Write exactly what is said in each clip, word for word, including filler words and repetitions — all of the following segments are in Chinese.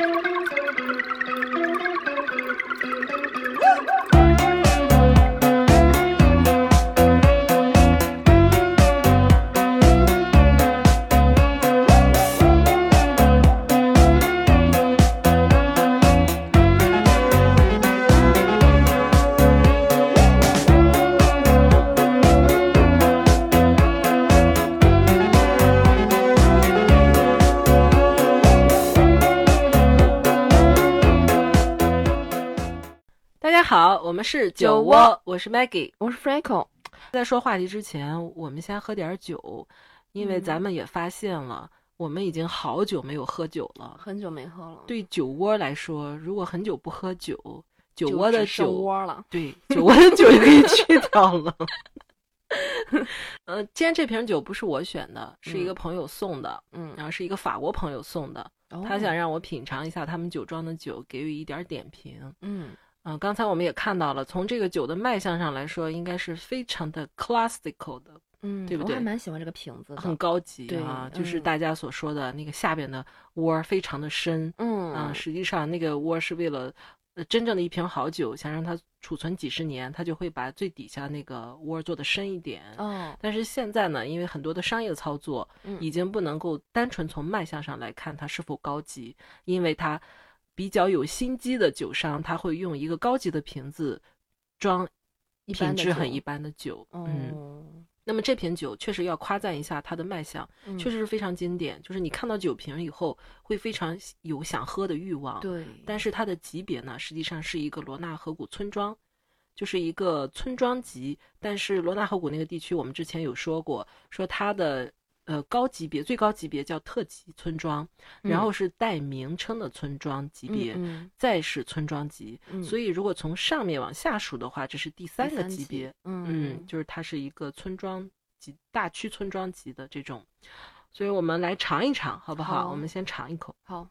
好，我们是酒窝，我是 Maggie， 我是 Franco。 在说话题之前，我们先喝点酒，因为咱们也发现了，嗯、我们已经好久没有喝酒了， 很久没喝了。 对酒窝来说，如果很久不喝酒，酒窝的酒窝了， 对，酒窝的酒也可以去掉了。呃，今天这瓶酒不是我选的，是一个朋友送的，嗯，然后是一个法国朋友送的，哦、他想让我品尝一下他们酒庄的酒，给予一点点评，嗯。嗯、呃，刚才我们也看到了，从这个酒的卖相上来说，应该是非常的 classical 的， 嗯， 对不对？ 我还蛮喜欢这个瓶子的， 很高级啊，就是大家所说的、嗯、那个下边的窝非常的深，嗯啊，实际上那个窝是为了、呃、真正的一瓶好酒，想让它储存几十年，它就会把最底下那个窝做的深一点。哦，但是现在呢，因为很多的商业操作，嗯，已经不能够单纯从卖相上来看它是否高级，因为它比较有心机的酒商，他会用一个高级的瓶子装品质很一般的酒。嗯，嗯那么这瓶酒确实要夸赞一下它的卖相，嗯、确实是非常经典。就是你看到酒瓶以后，会非常有想喝的欲望。 对， 但是它的级别呢，实际上是一个罗纳河谷村庄，就是一个村庄级。但是罗纳河谷那个地区，我们之前有说过，说它的。呃，高级别最高级别叫特级村庄，然后是带名称的村庄级别，嗯嗯、再是村庄级、嗯。所以如果从上面往下数的话，这是第三个级别。嗯, 嗯，就是它是一个村庄级、大区村庄级的这种。所以我们来尝一尝，好不好？好，我们先尝一口。 好。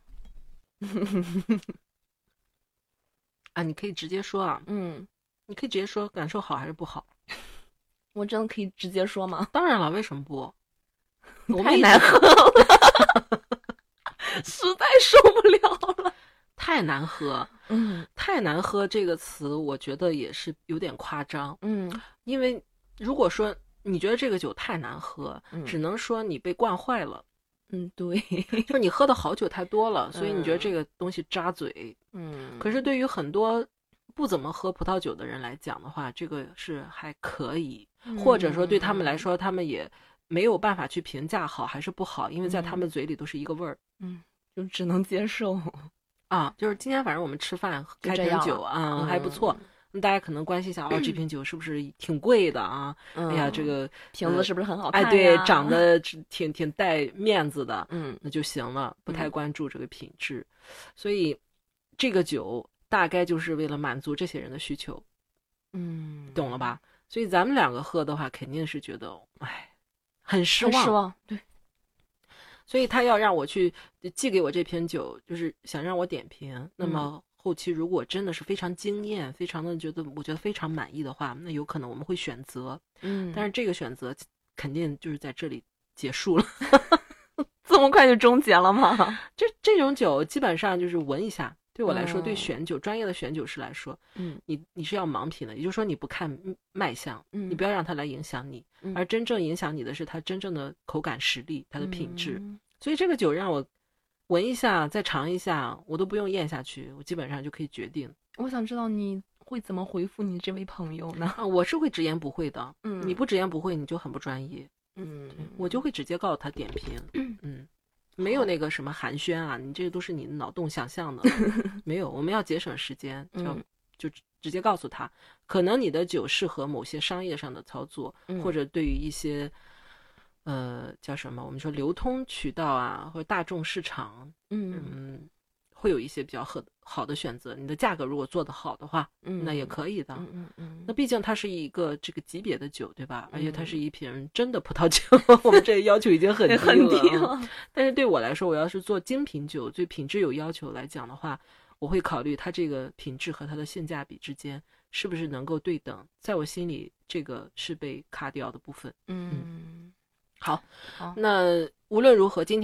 啊，你可以直接说啊。嗯，你可以直接说感受好还是不好。 我真的可以直接说吗？ 当然了，为什么不？ 太难喝了，实在受不了了， 太难喝，嗯，太难喝这个词，我觉得也是有点夸张，嗯，因为如果说你觉得这个酒太难喝，嗯、只能说你被惯坏了， 嗯，对， 就是你喝的好酒太多了，所以你觉得这个东西扎嘴，嗯，可是对于很多不怎么喝葡萄酒的人来讲的话，这个是还可以，嗯、或者说对他们来说，他们也。没有办法去评价好还是不好，因为在他们嘴里都是一个味儿， 嗯，就只能接受啊。就是今天反正我们吃饭开瓶酒啊、嗯，还不错。那大家可能关心一下，哦，这瓶酒是不是挺贵的啊？嗯、哎呀，这个瓶子是不是很好看、 呃？哎，对，长得挺挺带面子的，嗯，那就行了，不太关注这个品质。嗯、所以这个酒大概就是为了满足这些人的需求，嗯，懂了吧？所以咱们两个喝的话，肯定是觉得，哎。很失望， 很失望，对， 所以他要让我去寄给我这瓶酒，就是想让我点评。嗯、那么后期如果真的是非常惊艳，非常的觉得我觉得非常满意的话，那有可能我们会选择，嗯，但是这个选择肯定就是在这里结束了， 这么快就终结了吗？ 这这种酒基本上就是闻一下。对我来说，对选酒、嗯、专业的选酒师来说，嗯，你你是要盲品的，也就是说你不看卖相，嗯，你不要让它来影响你，嗯、而真正影响你的是它真正的口感实力，它的品质。嗯、所以这个酒让我闻一下，再尝一下，我都不用咽下去，我基本上就可以决定。 我想知道你会怎么回复你这位朋友呢？ 啊，我是会直言不讳的，嗯，你不直言不讳，你就很不专业，嗯，我就会直接告诉他点评，嗯。嗯没有那个什么寒暄啊，你这个都是你脑洞想象的，没有，我们要节省时间，就、嗯、就直接告诉他，可能你的酒适合某些商业上的操作，嗯、或者对于一些呃叫什么，我们说流通渠道啊，或者大众市场，嗯。嗯会有一些比较好好的选择，你的价格如果做得好的话，嗯，那也可以的。嗯嗯嗯。那毕竟它是一个这个级别的酒，对吧？嗯、而且它是一瓶真的葡萄酒，我们这个要求已经很低了。 很低了。 但是对我来说，我要是做精品酒，对品质有要求来讲的话，我会考虑它这个品质和它的性价比之间是不是能够对等。在我心里，这个是被卡掉的部分。嗯。嗯好，好那无论如何，今天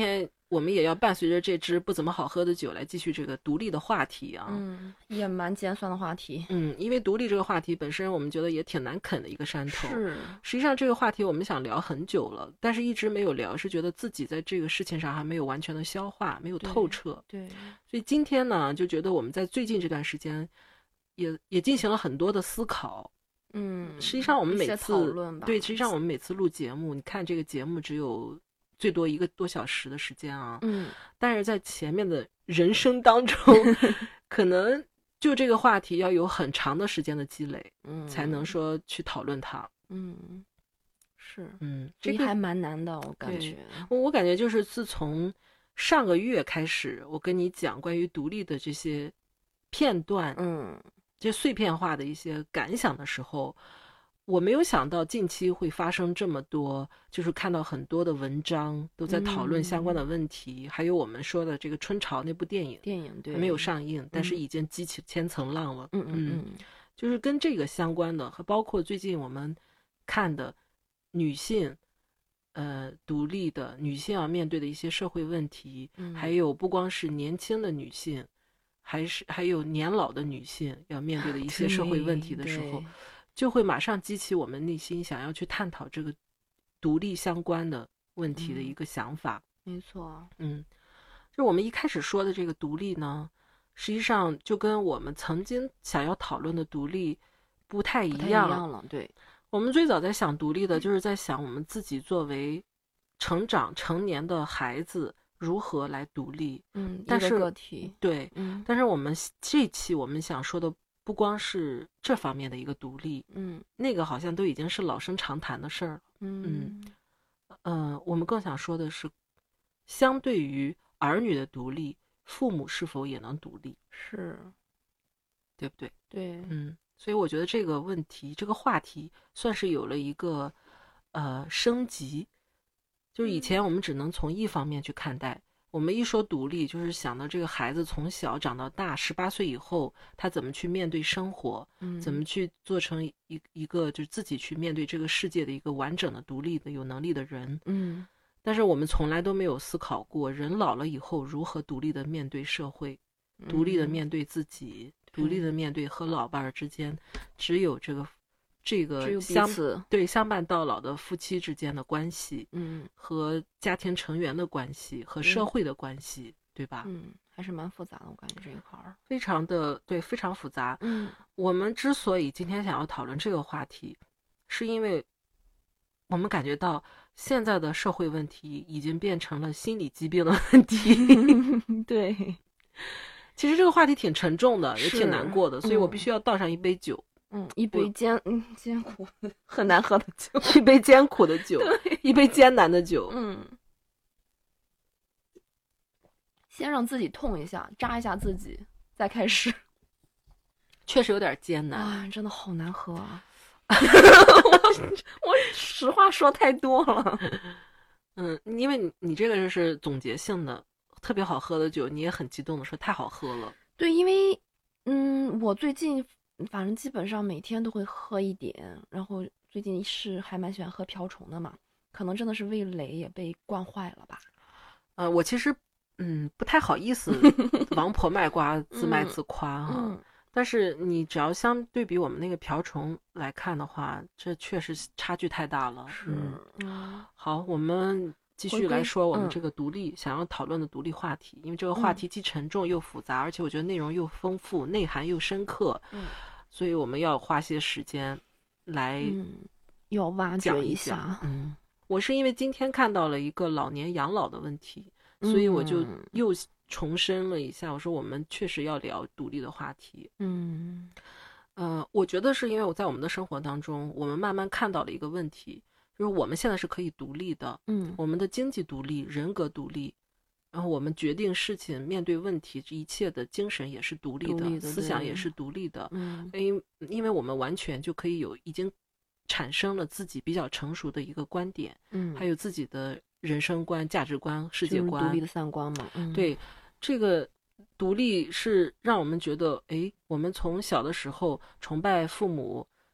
我们也要伴随着这支不怎么好喝的酒来继续这个独立的话题啊。 嗯，也蛮尖酸的话题。 嗯，因为独立这个话题本身我们觉得也挺难啃的一个山头。 是， 实际上这个话题我们想聊很久了，但是一直没有聊，是觉得自己在这个事情上还没有完全的消化，没有透彻。 对，对， 所以今天呢，就觉得我们在最近这段时间也也进行了很多的思考。 嗯， 实际上我们每次讨论吧， 对，实际上我们每次录节目，你看这个节目只有最多一个多小时的时间啊， 嗯， 但是在前面的人生当中，可能就这个话题要有很长的时间的积累，嗯，才能说去讨论它。 嗯，是， 嗯， 这个还蛮难的，我感觉。 我我感觉就是自从上个月开始，我跟你讲关于独立的这些片段， 嗯。 这碎片化的一些感想的时候，我没有想到近期会发生这么多，就是看到很多的文章都在讨论相关的问题，嗯、还有我们说的这个春潮那部电影， 电影对还没有上映，但是已经激起千层浪了。 嗯嗯嗯， 就是跟这个相关的，和包括最近我们看的女性，呃，独立的女性要面对的一些社会问题， 嗯、 还有不光是年轻的女性。还是还有年老的女性要面对的一些社会问题的时候，就会马上激起我们内心想要去探讨这个独立相关的问题的一个想法。 嗯、没错， 嗯，就我们一开始说的这个独立呢，实际上就跟我们曾经想要讨论的独立不太一样， 不太一样了。对， 我们最早在想独立的，就是在想我们自己作为成长成年的孩子。如何来独立？ 嗯， 但是个体对， 嗯， 但是我们这期我们想说的不光是这方面的一个独立， 嗯， 那个好像都已经是老生常谈的事儿了， 嗯嗯嗯、呃，我们更想说的是，相对于儿女的独立，父母是否也能独立？ 是， 对不对？ 对， 嗯，所以我觉得这个问题，这个话题算是有了一个呃升级。就是以前我们只能从一方面去看待，我们一说独立，就是想到这个孩子从小长到大，十八岁以后，他怎么去面对生活， 嗯， 怎么去做成一一个就是自己去面对这个世界的一个完整的、独立的、有能力的人。 嗯， 但是我们从来都没有思考过，人老了以后如何独立的面对社会，独立的面对自己， 嗯、 独立的面对和老伴儿之间，只有这个。这个相对相伴到老的夫妻之间的关系， 嗯， 和家庭成员的关系，和社会的关系，嗯、对吧？ 嗯，还是蛮复杂的，我感觉这一块儿非常的对，非常复杂。 嗯， 我们之所以今天想要讨论这个话题，是因为我们感觉到现在的社会问题已经变成了心理疾病的问题。 对， 其实这个话题挺沉重的，也挺难过的，所以我必须要倒上一杯酒。 嗯，一杯艰嗯艰苦很难喝的酒， 一杯艰苦的酒，一杯艰难的酒。 嗯，先让自己痛一下，扎一下自己，再开始。 确实有点艰难啊，真的好难喝啊！我我实话说太多了。 嗯，因为你你这个就是总结性的，特别好喝的酒，你也很激动的说太好喝了。 对，因为嗯，我最近。反正基本上每天都会喝一点，然后最近是还蛮喜欢喝瓢虫的嘛，可能真的是味蕾也被惯坏了吧。 呃，我其实嗯不太好意思王婆卖瓜自卖自夸哈、 嗯嗯， 但是你只要相对比我们那个瓢虫来看的话，这确实差距太大了。 是， 嗯，好，我们继续来说我们这个独立、嗯、想要讨论的独立话题，因为这个话题既沉重又复杂，嗯、而且我觉得内容又丰富，内涵又深刻。 嗯。 所以我们要花些时间来要挖掘一下。嗯，我是因为今天看到了一个老年养老的问题，所以我就又重申了一下，我说我们确实要聊独立的话题。 嗯， 呃，我觉得是因为我在我们的生活当中，我们慢慢看到了一个问题，就是我们现在是可以独立的。 嗯， 我们的经济独立，人格独立。然后我们决定事情、面对问题，这一切的精神也是独立的， 独立的思想也是独立的。 嗯， 因因为我们完全就可以有已经产生了自己比较成熟的一个观点， 嗯， 还有自己的人生观、价值观、世界观， 独立的三观嘛。嗯、 对，这个独立是让我们觉得，哎，我们从小的时候崇拜父母，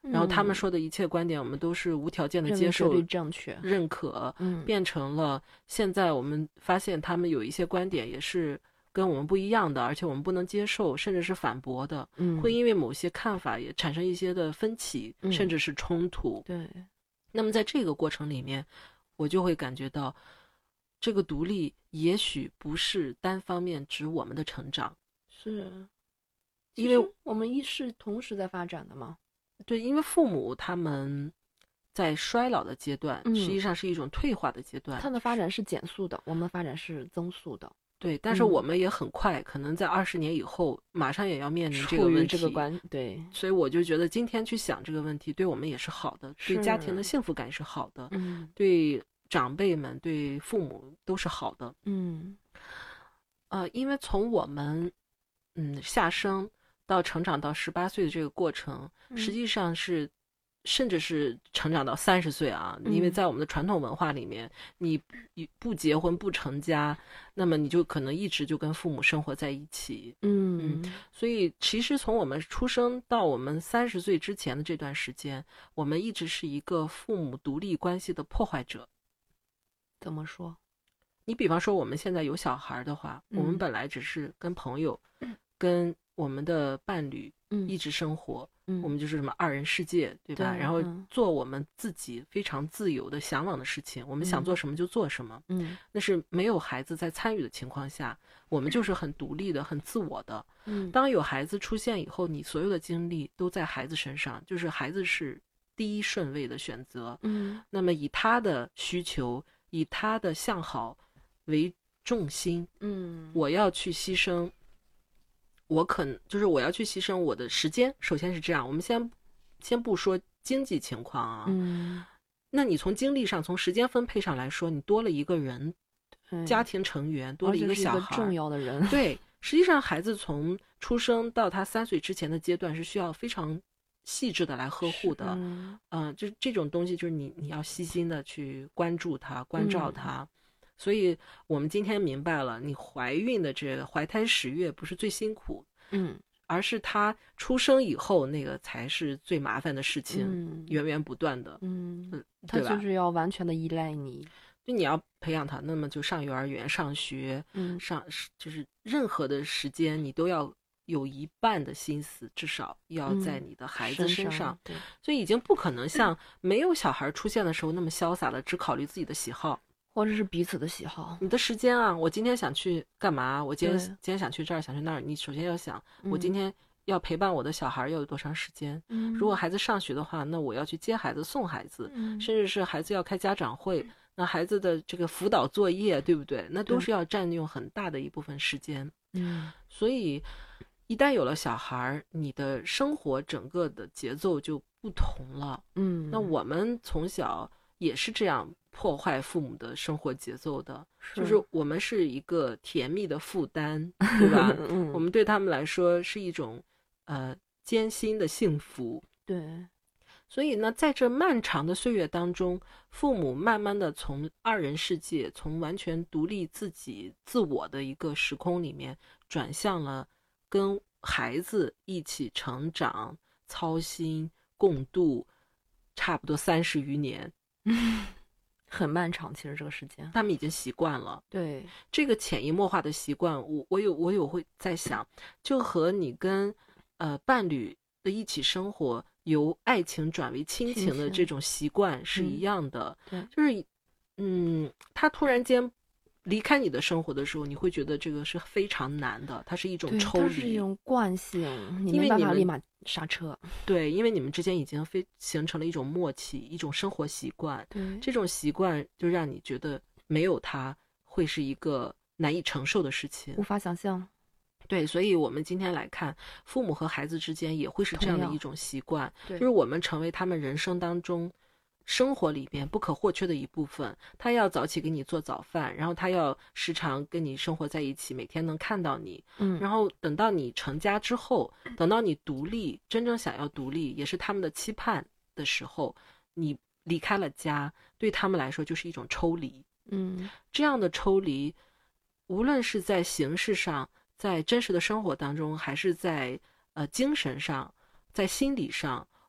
然后他们说的一切观点我们都是无条件的接受、 正确、 认可， 嗯， 变成了现在我们发现他们有一些观点也是跟我们不一样的，而且我们不能接受，甚至是反驳的， 嗯， 会因为某些看法也产生一些的分歧， 嗯， 甚至是冲突。 对， 那么在这个过程里面，我就会感觉到，这个独立也许不是单方面指我们的成长， 是， 因为我们一是同时在发展的嘛。 对，因为父母他们在衰老的阶段， 嗯， 实际上是一种退化的阶段， 他的发展是减速的，我们的发展是增速的。 对，但是我们也很快，嗯、可能在二十年以后，马上也要面临这个问题。 这个关对， 所以我就觉得今天去想这个问题，对我们也是好的，对家庭的幸福感是好的， 嗯， 对长辈们、对父母都是好的。 嗯， 呃，因为从我们嗯下生到成长到十八岁的这个过程， 嗯、 实际上是。甚至是成长到三十岁啊，因为在我们的传统文化里面，你不结婚不成家，那么你就可能一直就跟父母生活在一起。 嗯嗯，所以其实从我们出生到我们三十岁之前的这段时间，我们一直是一个父母独立关系的破坏者。 怎么说？ 你比方说我们现在有小孩的话， 嗯、 我们本来只是跟朋友、嗯、跟我们的伴侣一直生活。 嗯， 我们就是什么二人世界，对吧？ 对， 然后做我们自己非常自由的向往的事情，我们想做什么就做什么。 嗯， 那是没有孩子在参与的情况下，我们就是很独立的、很自我的。 嗯， 当有孩子出现以后，你所有的精力都在孩子身上，就是孩子是第一顺位的选择。 嗯， 那么以他的需求，以他的向好为重心。 嗯， 我要去牺牲。我可能就是我要去牺牲我的时间，首先是这样。我们先先不说经济情况啊， 嗯， 那你从精力上、从时间分配上来说，你多了一个人， 嗯、 家庭成员多了一个小孩， 是一个重要的人。 对，实际上孩子从出生到他三岁之前的阶段是需要非常细致的来呵护的， 嗯、 呃，就这种东西就是你你要细心的去关注他、关照他。嗯，所以我们今天明白了，你怀孕的这个怀胎十月不是最辛苦， 嗯， 而是他出生以后那个才是最麻烦的事情， 嗯、 源源不断的， 嗯， 嗯， 他就是要完全的依赖你， 就你要培养他，那么就上幼儿园、上学， 嗯， 上就是任何的时间你都要有一半的心思，至少要在你的孩子身上， 嗯、身上对， 所以已经不可能像没有小孩出现的时候那么潇洒的只考虑自己的喜好。 或者是彼此的喜好， 你的时间啊，我今天想去干嘛？我今天今天想去这儿，想去那儿。你首先要想，我今天要陪伴我的小孩要有多长时间？ 嗯， 如果孩子上学的话，那我要去接孩子、送孩子， 嗯、 甚至是孩子要开家长会，那孩子的这个辅导作业，对不对？那都是要占用很大的一部分时间。 嗯， 所以一旦有了小孩，你的生活整个的节奏就不同了。 嗯， 那我们从小也是这样破坏父母的生活节奏的， 是就是我们是一个甜蜜的负担，对吧？ 嗯、 我们对他们来说是一种呃艰辛的幸福。 对， 所以呢，在这漫长的岁月当中，父母慢慢的从二人世界，从完全独立自己自我的一个时空里面，转向了跟孩子一起成长、操心、共度，差不多三十余年。 很漫长，其实这个时间他们已经习惯了。 对， 这个潜移默化的习惯，我我有我有会在想，就和你跟呃伴侣的一起生活，由爱情转为亲情的这种习惯是一样的。 嗯、 就是嗯，他突然间离开你的生活的时候，你会觉得这个是非常难的，它是一种抽离， 它是一种惯性， 你没办法立马刹车。 对，因为你们之间已经非形成了一种默契，一种生活习惯。 对， 这种习惯就让你觉得没有它会是一个难以承受的事情， 无法想象。 对，所以我们今天来看，父母和孩子之间也会是这样的一种习惯，就是我们成为他们人生当中生活里边不可或缺的一部分。他要早起给你做早饭，然后他要时常跟你生活在一起，每天能看到你。 嗯， 然后等到你成家之后，等到你独立，真正想要独立，也是他们的期盼的时候，你离开了家，对他们来说就是一种抽离。 嗯， 这样的抽离，无论是在形式上，在真实的生活当中，还是在呃精神上，在心理上，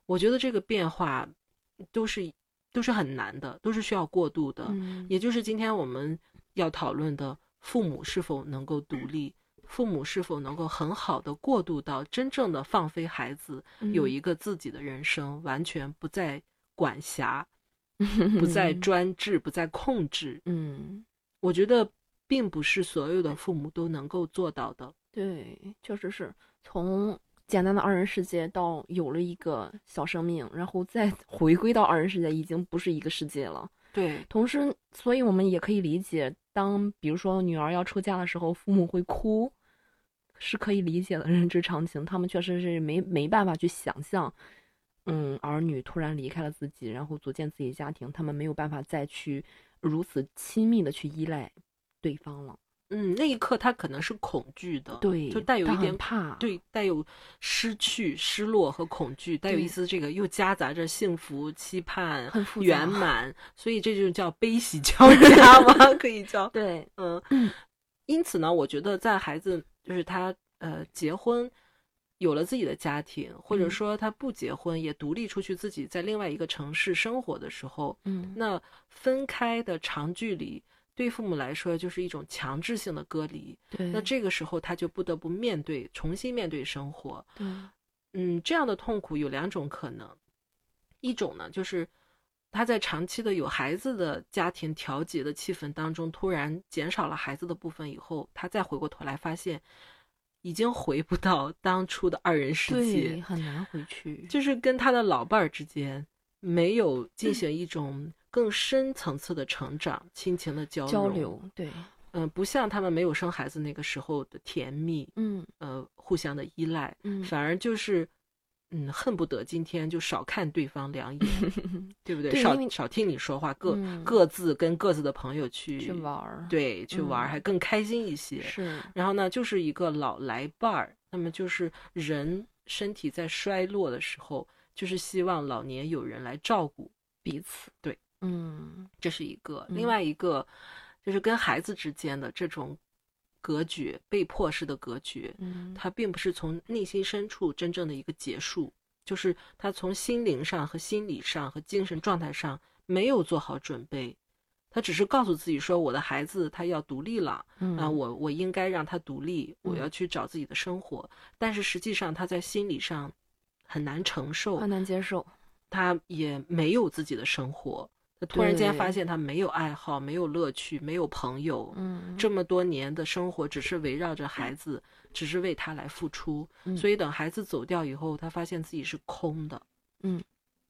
我觉得这个变化都是都是很难的，都是需要过渡的。 嗯， 也就是今天我们要讨论的，父母是否能够独立，父母是否能够很好的过渡到真正的放飞孩子， 嗯、 有一个自己的人生，完全不再管辖，不再专制，不再控制。 嗯， 我觉得并不是所有的父母都能够做到的。 对，确实是从简单的二人世界到有了一个小生命，然后再回归到二人世界，已经不是一个世界了。 对， 同时，所以我们也可以理解，当比如说女儿要出嫁的时候，父母会哭，是可以理解的，人之常情。他们确实是没没办法去想象，嗯，儿女突然离开了自己，然后组建自己家庭，他们没有办法再去如此亲密的去依赖对方了。 嗯，那一刻他可能是恐惧的， 对， 就带有一点怕， 对，带有失去、失落和恐惧，带有一丝这个又夹杂着幸福、期盼、圆满，所以这就叫悲喜交加吗？可以叫对， 嗯。因此呢，我觉得在孩子就是他呃结婚，有了自己的家庭，或者说他不结婚、嗯、也独立出去自己在另外一个城市生活的时候， 嗯， 那分开的长距离对父母来说就是一种强制性的隔离。 对， 那这个时候他就不得不面对重新面对生活。 对， 嗯，这样的痛苦有两种可能，一种呢就是他在长期的有孩子的家庭调节的气氛当中，突然减少了孩子的部分以后，他再回过头来发现已经回不到当初的二人世界， 对，很难回去， 就是跟他的老伴儿之间没有进行一种更深层次的成长、嗯、亲情的交流交流，对， 嗯、呃，不像他们没有生孩子那个时候的甜蜜， 嗯， 呃，互相的依赖， 嗯， 反而就是嗯，恨不得今天就少看对方两眼，对不对？ 对， 少少听你说话，各、 嗯、 各自跟各自的朋友去去玩， 对，去玩、嗯、还更开心一些。 是， 然后呢，就是一个老来伴儿，那么就是人身体在衰落的时候，就是希望老年有人来照顾彼此。 对， 嗯， 这是一个。 嗯、 另外一个就是跟孩子之间的这种隔绝，被迫式的隔绝， 嗯， 它并不是从内心深处真正的一个结束，就是他从心灵上和心理上和精神状态上没有做好准备，他只是告诉自己说我的孩子他要独立了， 嗯、 啊，我我应该让他独立，我要去找自己的生活，嗯、但是实际上他在心理上很难承受， 很难接受， 他也没有自己的生活。他突然间发现他没有爱好，没有乐趣，没有朋友， 嗯， 这么多年的生活只是围绕着孩子，只是为他来付出， 嗯、 所以等孩子走掉以后，他发现自己是空的。 嗯，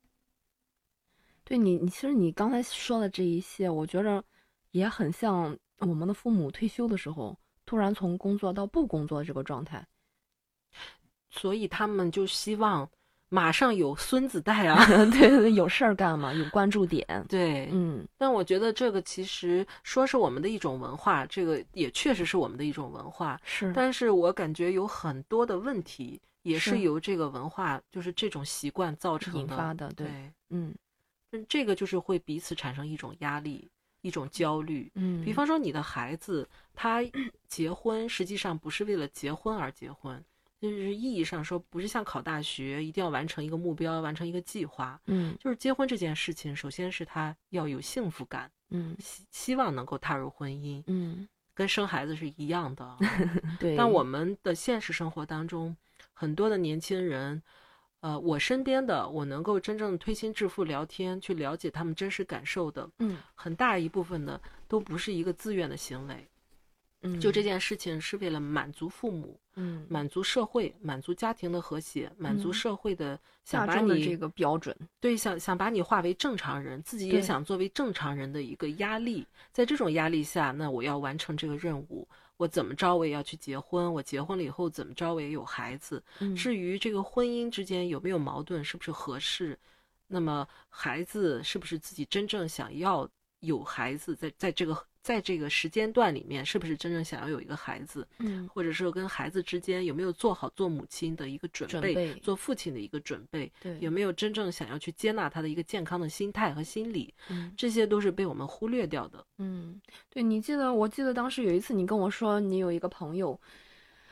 对你，你其实你刚才说的这一些，我觉着也很像我们的父母退休的时候，突然从工作到不工作的这个状态， 所以他们就希望马上有孙子带啊， 对对，有事儿干嘛，有关注点。 对， 嗯， 但我觉得这个其实说是我们的一种文化，这个也确实是我们的一种文化。 是， 但是我感觉有很多的问题也是由这个文化，就是这种习惯造成的引发的。对， 对， 嗯， 这个就是会彼此产生一种压力，一种焦虑。 嗯， 比方说你的孩子他结婚，实际上不是为了结婚而结婚。就是意义上说，不是像考大学一定要完成一个目标，完成一个计划。 嗯， 就是结婚这件事情，首先是他要有幸福感， 嗯， 希希望能够踏入婚姻， 嗯， 跟生孩子是一样的。 对。 但我们的现实生活当中，很多的年轻人，呃，我身边的，我能够真正推心置腹聊天，去了解他们真实感受的， 嗯， 很大一部分的都不是一个自愿的行为。 嗯， 就这件事情是为了满足父母， 嗯， 满足社会，满足家庭的和谐，满足社会的想把你、 大众的这个标准， 对，想想把你化为正常人，自己也想作为正常人的一个压力。在这种压力下，那我要完成这个任务，我怎么着我也要去结婚，我结婚了以后怎么着我也有孩子。 嗯， 至于这个婚姻之间有没有矛盾，是不是合适，那么孩子是不是自己真正想要有孩子，在在这个在这个时间段里面，是不是真正想要有一个孩子？ 嗯， 或者说跟孩子之间有没有做好做母亲的一个准备， 准备做父亲的一个准备？ 对， 有没有真正想要去接纳他的一个健康的心态和心理？ 嗯， 这些都是被我们忽略掉的。 嗯，对，你记得，我记得当时有一次你跟我说，你有一个朋友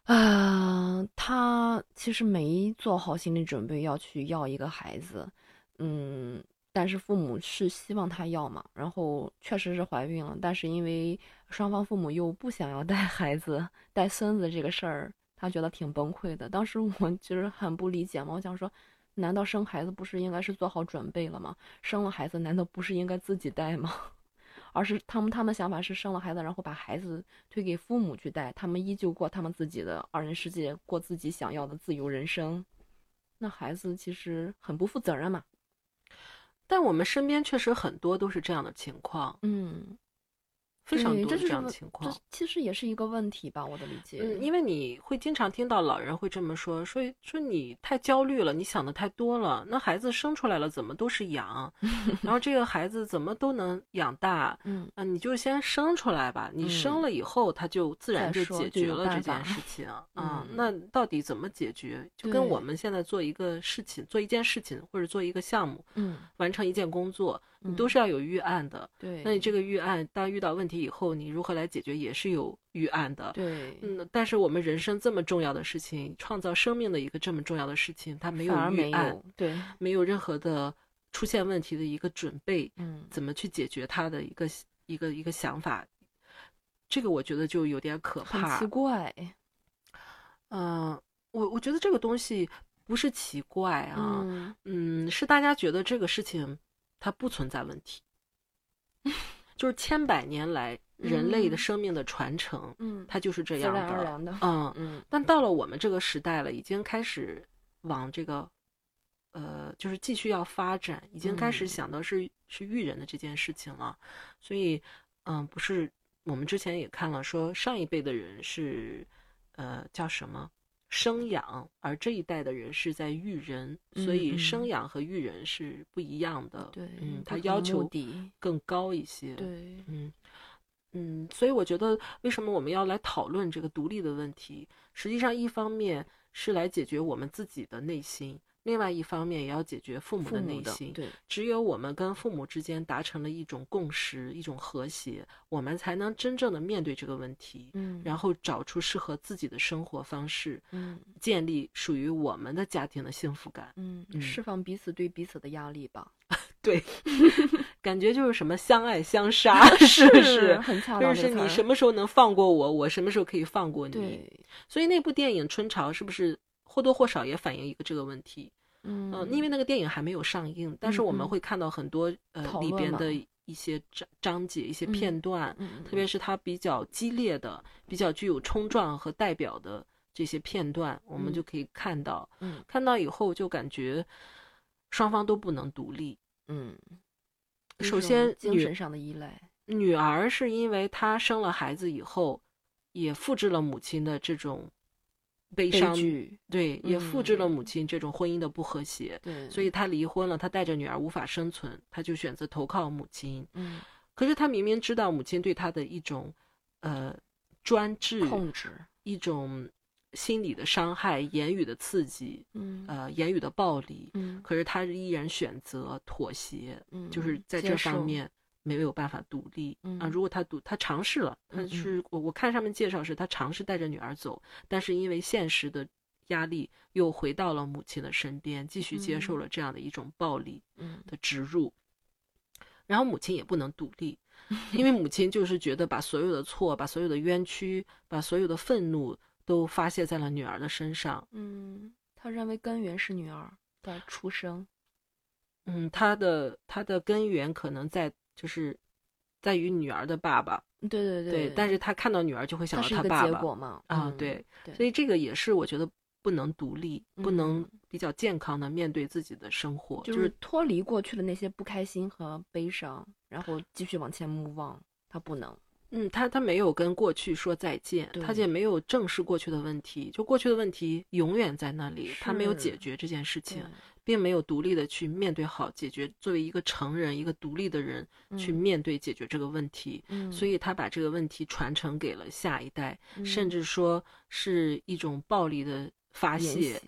呃，他其实没做好心理准备要去要一个孩子，嗯，但是父母是希望他要嘛，然后确实是怀孕了，但是因为双方父母又不想要带孩子、带孙子这个事儿，他觉得挺崩溃的。当时我其实很不理解嘛，我想说，难道生孩子不是应该是做好准备了吗？生了孩子难道不是应该自己带吗？而是他们他们想法是生了孩子，然后把孩子推给父母去带，他们依旧过他们自己的二人世界，过自己想要的自由人生。那孩子其实很不负责任嘛。 但我们身边确实很多都是这样的情况， 嗯， 非常多这这样的情况。 这其实也是一个问题吧，我的理解。 嗯，因为你会经常听到老人会这么说，说说你太焦虑了，你想的太多了。那孩子生出来了，怎么都是养，然后这个孩子怎么都能养大， 嗯啊，你就先生出来吧。你生了以后，他就自然就解决了这件事情啊。那到底怎么解决？就跟我们现在做一个事情、做一件事情或者做一个项目， 嗯， 完成一件工作，你都是要有预案的。 对， 那你这个预案，当遇到问题以后，你如何来解决，也是有预案的。 对， 嗯，但是我们人生这么重要的事情，创造生命的一个这么重要的事情，它没有预案， 对， 没有任何的出现问题的一个准备， 嗯， 怎么去解决它的一个一个一个想法，这个我觉得就有点可怕， 很奇怪。 嗯、呃，我我觉得这个东西不是奇怪啊， 嗯， 嗯，是大家觉得这个事情它不存在问题，就是千百年来。人类的生命的传承， 嗯， 它就是这样的， 自然而然的， 嗯嗯。但到了我们这个时代了，已经开始往这个，呃，就是继续要发展，已经开始想到是、嗯、是育人的这件事情了。所以，嗯，不是我们之前也看了，说上一辈的人是，呃，叫什么生养，而这一代的人是在育人，所以生养和育人是不一样的。 对， 嗯，他要求更高一些。 对， 嗯。嗯，所以我觉得为什么我们要来讨论这个独立的问题，实际上一方面是来解决我们自己的内心，另外一方面也要解决父母的内心。 对， 只有我们跟父母之间达成了一种共识，一种和谐，我们才能真正的面对这个问题， 嗯， 然后找出适合自己的生活方式， 嗯， 建立属于我们的家庭的幸福感， 嗯，释放彼此对彼此的压力吧。 对，感觉就是什么相爱相杀，是不是？ 很恰当， 就是你什么时候能放过我，我什么时候可以放过你。 对， 所以那部电影《春潮》是不是或多或少也反映一个这个问题？ 嗯、 呃，因为那个电影还没有上映，但是我们会看到很多、 嗯、 呃里边的一些章章节、一些片段， 嗯、 特别是它比较激烈的、比较具有冲撞和代表的这些片段，我们就可以看到。 嗯， 看到以后就感觉双方都不能独立。 嗯， 首先精神上的依赖， 女儿是因为她生了孩子以后，也复制了母亲的这种悲伤，对，也复制了母亲这种婚姻的不和谐， 对， 所以她离婚了，她带着女儿无法生存，她就选择投靠母亲。 嗯， 可是她明明知道母亲对她的一种呃专制、 控制， 一种心理的伤害，言语的刺激， 嗯， 呃，言语的暴力， 嗯， 可是他依然选择妥协， 嗯， 就是在这方面没有办法独立， 嗯啊。如果他独，他尝试了，他是我我看上面介绍是他尝试带着女儿走，但是因为现实的压力，又回到了母亲的身边，继续接受了这样的一种暴力的植入，嗯、然后母亲也不能独立。因为母亲就是觉得把所有的错，把所有的冤屈，把所有的愤怒都发泄在了女儿的身上。 嗯，他认为根源是女儿的出生。 嗯，他的他的根源可能在就是在于女儿的爸爸。 对对对。 对，但是他看到女儿就会想到他爸爸。 它是一个结果嘛。 啊、 嗯， 对。 对。 所以这个也是我觉得不能独立，不能比较健康的面对自己的生活， 嗯、就是脱离过去的那些不开心和悲伤，然后继续往前move on。他不能。 嗯，他他没有跟过去说再见，他也没有正视过去的问题，就过去的问题永远在那里，他没有解决这件事情，并没有独立的去面对好解决，作为一个成人一个独立的人、嗯、去面对解决这个问题、嗯、所以他把这个问题传承给了下一代、嗯、甚至说是一种暴力的发泄，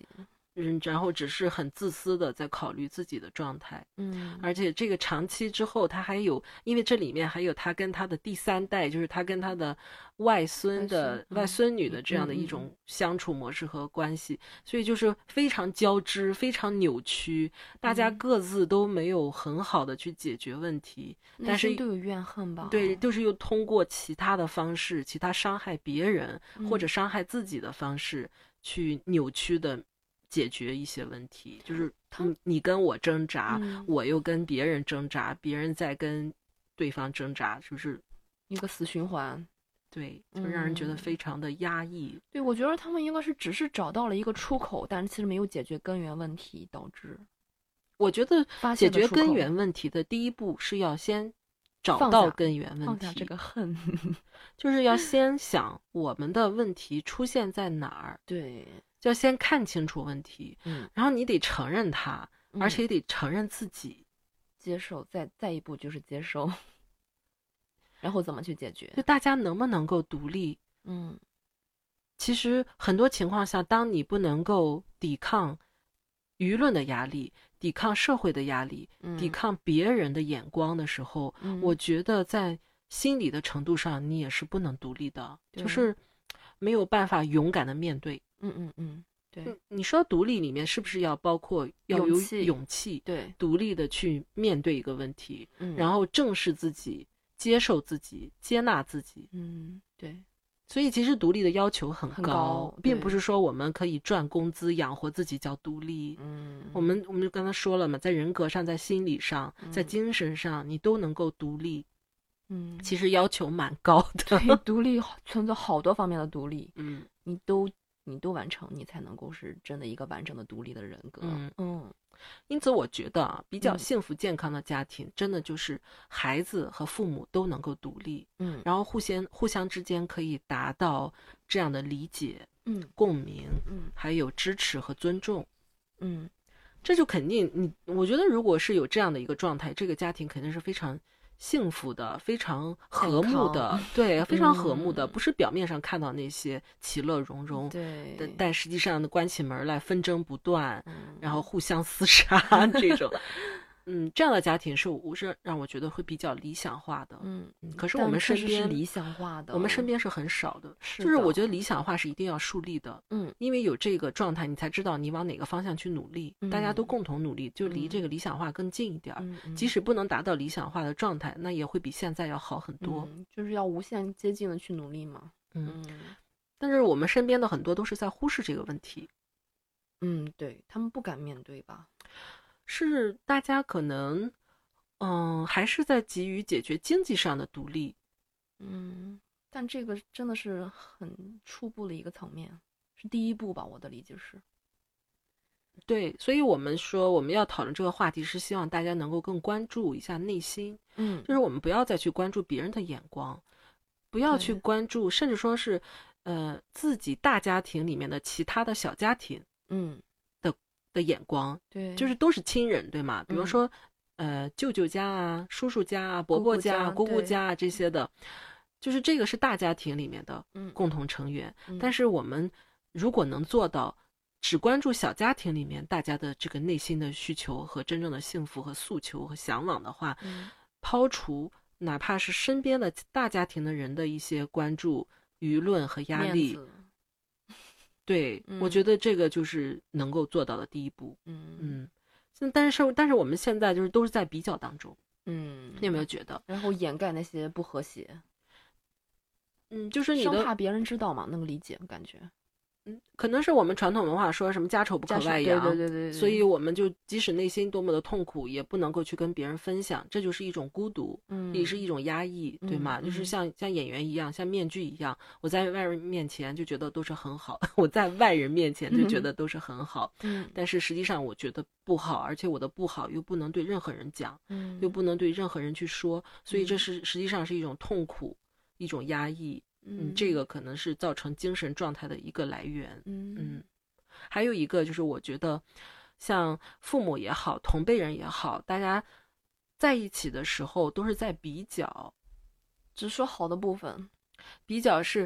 嗯，然后只是很自私的在考虑自己的状态， 嗯， 而且这个长期之后，他还有，因为这里面还有他跟他的第三代，就是他跟他的外孙的外孙女的这样的一种相处模式和关系，所以就是非常交织，非常扭曲，大家各自都没有很好的去解决问题，但是都有怨恨吧？ 对，就是又通过其他的方式，其他伤害别人或者伤害自己的方式去扭曲的解决一些问题，就是你你跟我挣扎， 嗯、 我又跟别人挣扎，别人在跟对方挣扎，是不是一个死循环？ 对，就让人觉得非常的压抑。 嗯、对，我觉得他们应该是只是找到了一个出口，但是其实没有解决根源问题，导致。 我觉得解决根源问题的第一步是要先找到根源问题， 放下这个恨， 就是要先想我们的问题出现在哪儿。 对。 就要先看清楚问题， 嗯， 然后你得承认它，嗯、而且得承认自己， 接受，再再一步就是接受，然后怎么去解决？ 就大家能不能够独立？ 嗯， 其实很多情况下，当你不能够抵抗舆论的压力、抵抗社会的压力、 嗯、 抵抗别人的眼光的时候， 嗯、 我觉得在心理的程度上，你也是不能独立的，就是没有办法勇敢的面对。 嗯嗯嗯，对。 你说独立里面是不是要包括要有勇气， 勇气对， 独立的去面对一个问题， 嗯， 然后正视自己，接受自己，接纳自己。 嗯，对。 所以其实独立的要求很高， 很高并不是说我们可以赚工资养活自己叫独立。 嗯， 我们我们刚才说了嘛，在人格上，在心理上， 嗯、 在精神上，你都能够独立。 嗯， 其实要求蛮高的。 对，独立存在好多方面的独立。 嗯， 你都。你都完成，你才能够是真的一个完整的独立的人格。 嗯嗯， 因此我觉得啊，比较幸福健康的家庭，嗯、真的就是孩子和父母都能够独立， 嗯， 然后互相互相之间可以达到这样的理解， 嗯， 共鸣， 嗯， 还有支持和尊重， 嗯， 这就肯定你，我觉得如果是有这样的一个状态，这个家庭肯定是非常幸福的，非常和睦的，对，非常和睦的， 嗯、 不是表面上看到那些其乐融融， 对， 但实际上关起门来纷争不断， 嗯、 然后互相厮杀这种，嗯，这样的家庭是我是让我觉得会比较理想化的， 嗯， 可是我们身边是理想化的， 我们身边是很少的， 是就是我觉得理想化是一定要树立的， 嗯， 因为有这个状态，你才知道你往哪个方向去努力， 嗯、 大家都共同努力，就离这个理想化更近一点， 嗯、 即使不能达到理想化的状态，那也会比现在要好很多， 嗯、就是要无限接近的去努力嘛， 嗯，但是我们身边的很多都是在忽视这个问题， 嗯，对，他们不敢面对吧， 是大家可能。嗯，还是在急于解决经济上的独立， 嗯，但这个真的是很初步的一个层面，是第一步吧？我的理解是。 对，所以我们说我们要讨论这个话题，是希望大家能够更关注一下内心， 嗯， 就是我们不要再去关注别人的眼光，不要去关注，甚至说是，呃，自己大家庭里面的其他的小家庭， 嗯的的眼光， 对， 就是都是亲人，对吗？比如说。嗯呃，舅舅家啊，叔叔家啊，伯伯家、姑姑家啊这些的，就是这个是大家庭里面的共同成员。 嗯、 但是我们如果能做到只关注小家庭里面大家的这个内心的需求和真正的幸福和诉求和向往的话， 嗯、 抛除哪怕是身边的大家庭的人的一些关注、舆论和压力，对、嗯，我觉得这个就是能够做到的第一步。 嗯嗯。但是，但是我们现在就是都是在比较当中， 嗯， 你有没有觉得？ 然后掩盖那些不和谐， 嗯，就是你的生怕别人知道嘛，能理解感觉， 嗯，可能是我们传统文化说什么家丑不可外扬， 对对对 对, 对， 所以我们就即使内心多么的痛苦，也不能够去跟别人分享，这就是一种孤独， 嗯， 也是一种压抑，对吗？ 嗯、 就是像像演员一样，像面具一样，我在外人面前就觉得都是很好，我在外人面前就觉得都是很好， 嗯， 但是实际上我觉得不好，而且我的不好又不能对任何人讲， 嗯， 又不能对任何人去说，所以这是实际上是一种痛苦，一种压抑。嗯，这个可能是造成精神状态的一个来源。 嗯嗯，还有一个就是我觉得，像父母也好，同辈人也好，大家在一起的时候都是在比较， 只说好的部分， 比较是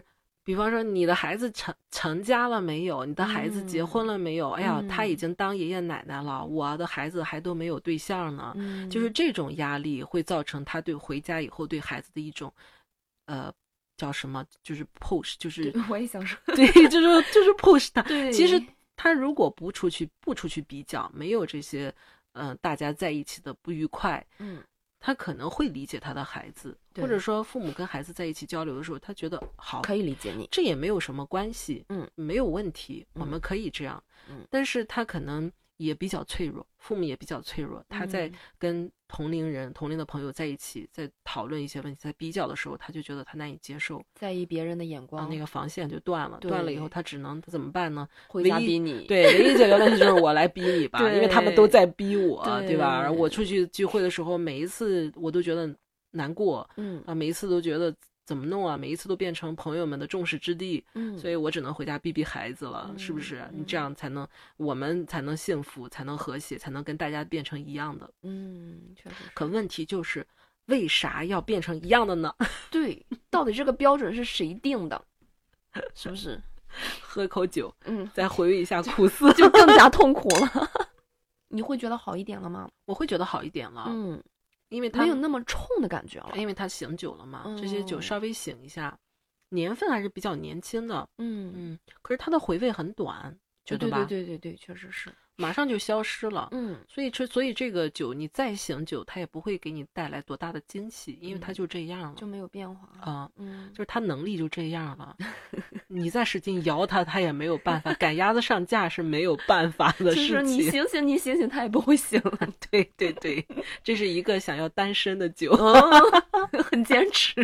比方说你的孩子成成家了没有，你的孩子结婚了没有、嗯、哎呀他已经当爷爷奶奶了、嗯、我的孩子还都没有对象呢、嗯、就是这种压力会造成他对回家以后对孩子的一种呃叫什么，就是 push， 就是我也想说对，就是就是 push 他。 对， 其实他如果不出去不出去比较，没有这些呃大家在一起的不愉快， 嗯， 他可能会理解他的孩子，或者说父母跟孩子在一起交流的时候，他觉得好， 可以理解你， 这也没有什么关系， 嗯， 没有问题， 嗯、 我们可以这样， 嗯， 但是他可能也比较脆弱，父母也比较脆弱，他在跟同龄人、嗯、同龄的朋友在一起，在讨论一些问题，在比较的时候，他就觉得他难以接受， 在意别人的眼光， 啊、那个防线就断了，断了以后，他只能他怎么办呢？ 回家逼你， 对，唯一解决问题就是我来逼你吧，因为他们都在逼我， 对, 对吧？我出去聚会的时候，每一次我都觉得难过， 嗯啊，每一次都觉得怎么弄啊，每一次都变成朋友们的重视之地， 嗯， 所以我只能回家逼逼孩子了， 嗯、 是不是？你这样才能，我们才能幸福，才能和谐，才能跟大家变成一样的。 嗯，确实。 可问题就是，为啥要变成一样的呢？ 对，到底这个标准是谁定的？是不是？ 喝口酒， 嗯， 再回味一下苦涩， 就更加痛苦了。你会觉得好一点了吗？ 我会觉得好一点了， 嗯。 因为它没有那么冲的感觉了， 因为它醒酒了嘛、 嗯、 这些酒稍微醒一下，年份还是比较年轻的， 嗯嗯，可是它的回味很短，觉得吧？ 对对对对对，确实是， 马上就消失了， 嗯， 所以这所以这个酒你再醒酒，它也不会给你带来多大的惊喜，因为它就这样了， 嗯、就没有变化啊、 嗯， 就是它能力就这样了，你再使劲摇它，它也没有办法，赶鸭子上架是没有办法的事情。 就是你醒醒，你醒醒，它也不会醒了。 对对对，这是一个想要单身的酒， 很坚持。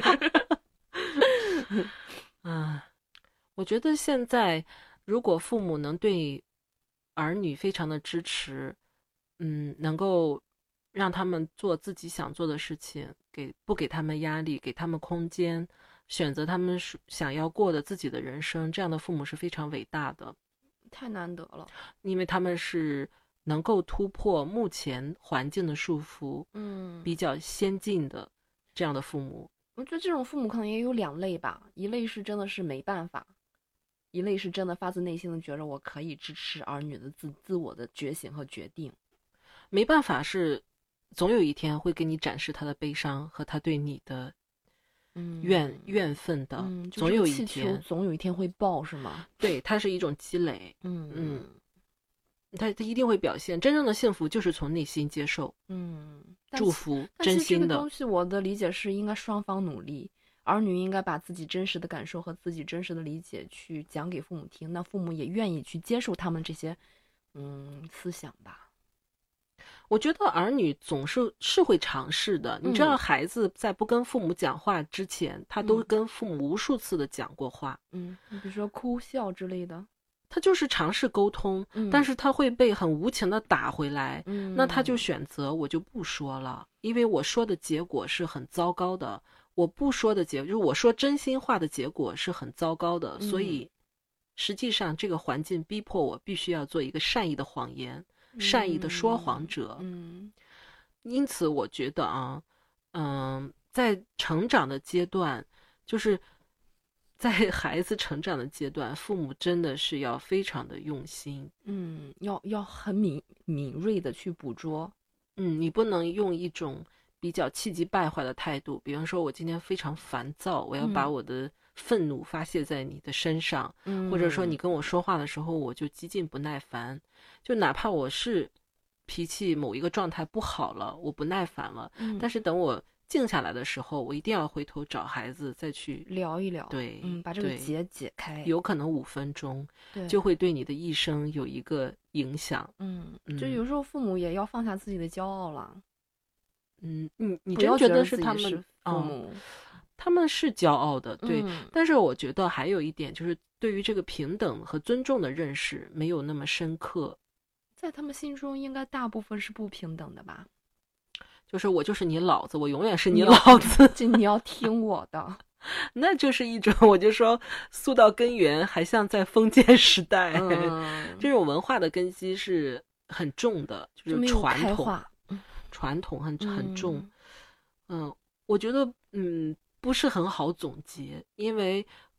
啊，我觉得现在如果父母能对儿女非常的支持，嗯，能够让他们做自己想做的事情，给不给他们压力，给他们空间，选择他们想要过的自己的人生，这样的父母是非常伟大的， 太难得了， 因为他们是能够突破目前环境的束缚， 嗯， 比较先进的这样的父母。 我觉得这种父母可能也有两类吧，一类是真的是没办法，一类是真的发自内心的觉得我可以支持儿女的自自我的觉醒和决定。 没办法是总有一天会给你展示他的悲伤和他对你的怨、嗯、怨愤的、 嗯、 总有一天总有一天会爆，是吗？ 对，它是一种积累， 嗯嗯，他他一定会表现。真正的幸福就是从内心接受， 嗯， 祝福，真心的。 这个东西我的理解是应该双方努力，儿女应该把自己真实的感受和自己真实的理解去讲给父母听，那父母也愿意去接受他们这些嗯思想吧。 我觉得儿女总是是会尝试的，你知道孩子在不跟父母讲话之前、嗯、他都跟父母无数次的讲过话， 嗯，你比如说哭笑之类的， 他就是尝试沟通、嗯、但是他会被很无情的打回来、嗯、那他就选择我就不说了，因为我说的结果是很糟糕的，我不说的结果就是我说真心话的结果是很糟糕的、嗯、所以实际上这个环境逼迫我必须要做一个善意的谎言，善意的说谎者， 嗯， 因此我觉得啊，嗯，在成长的阶段，就是在孩子成长的阶段，父母真的是要非常的用心， 嗯，要要很敏敏锐的去捕捉， 嗯，你不能用一种比较气急败坏的态度，比方说我今天非常烦躁，我要把我的愤怒发泄在你的身上、嗯、或者说你跟我说话的时候我就极尽不耐烦，就哪怕我是脾气某一个状态不好了，我不耐烦了、嗯、但是等我静下来的时候，我一定要回头找孩子再去聊一聊， 对， 嗯，把这个结解开， 有可能五分钟就会对你的一生有一个影响， 嗯，就有时候父母也要放下自己的骄傲了， 嗯，你你真觉得是他们父母、 嗯他们是骄傲的，对、嗯，但是我觉得还有一点就是对于这个平等和尊重的认识没有那么深刻， 在他们心中应该大部分是不平等的吧， 就是我就是你老子，我永远是你老子， 就你要听我的那就是一种我就说溯到根源还像在封建时代、嗯、这种文化的根基是很重的，就是传统传统很很重，嗯，嗯我觉得嗯不是很好总结，因为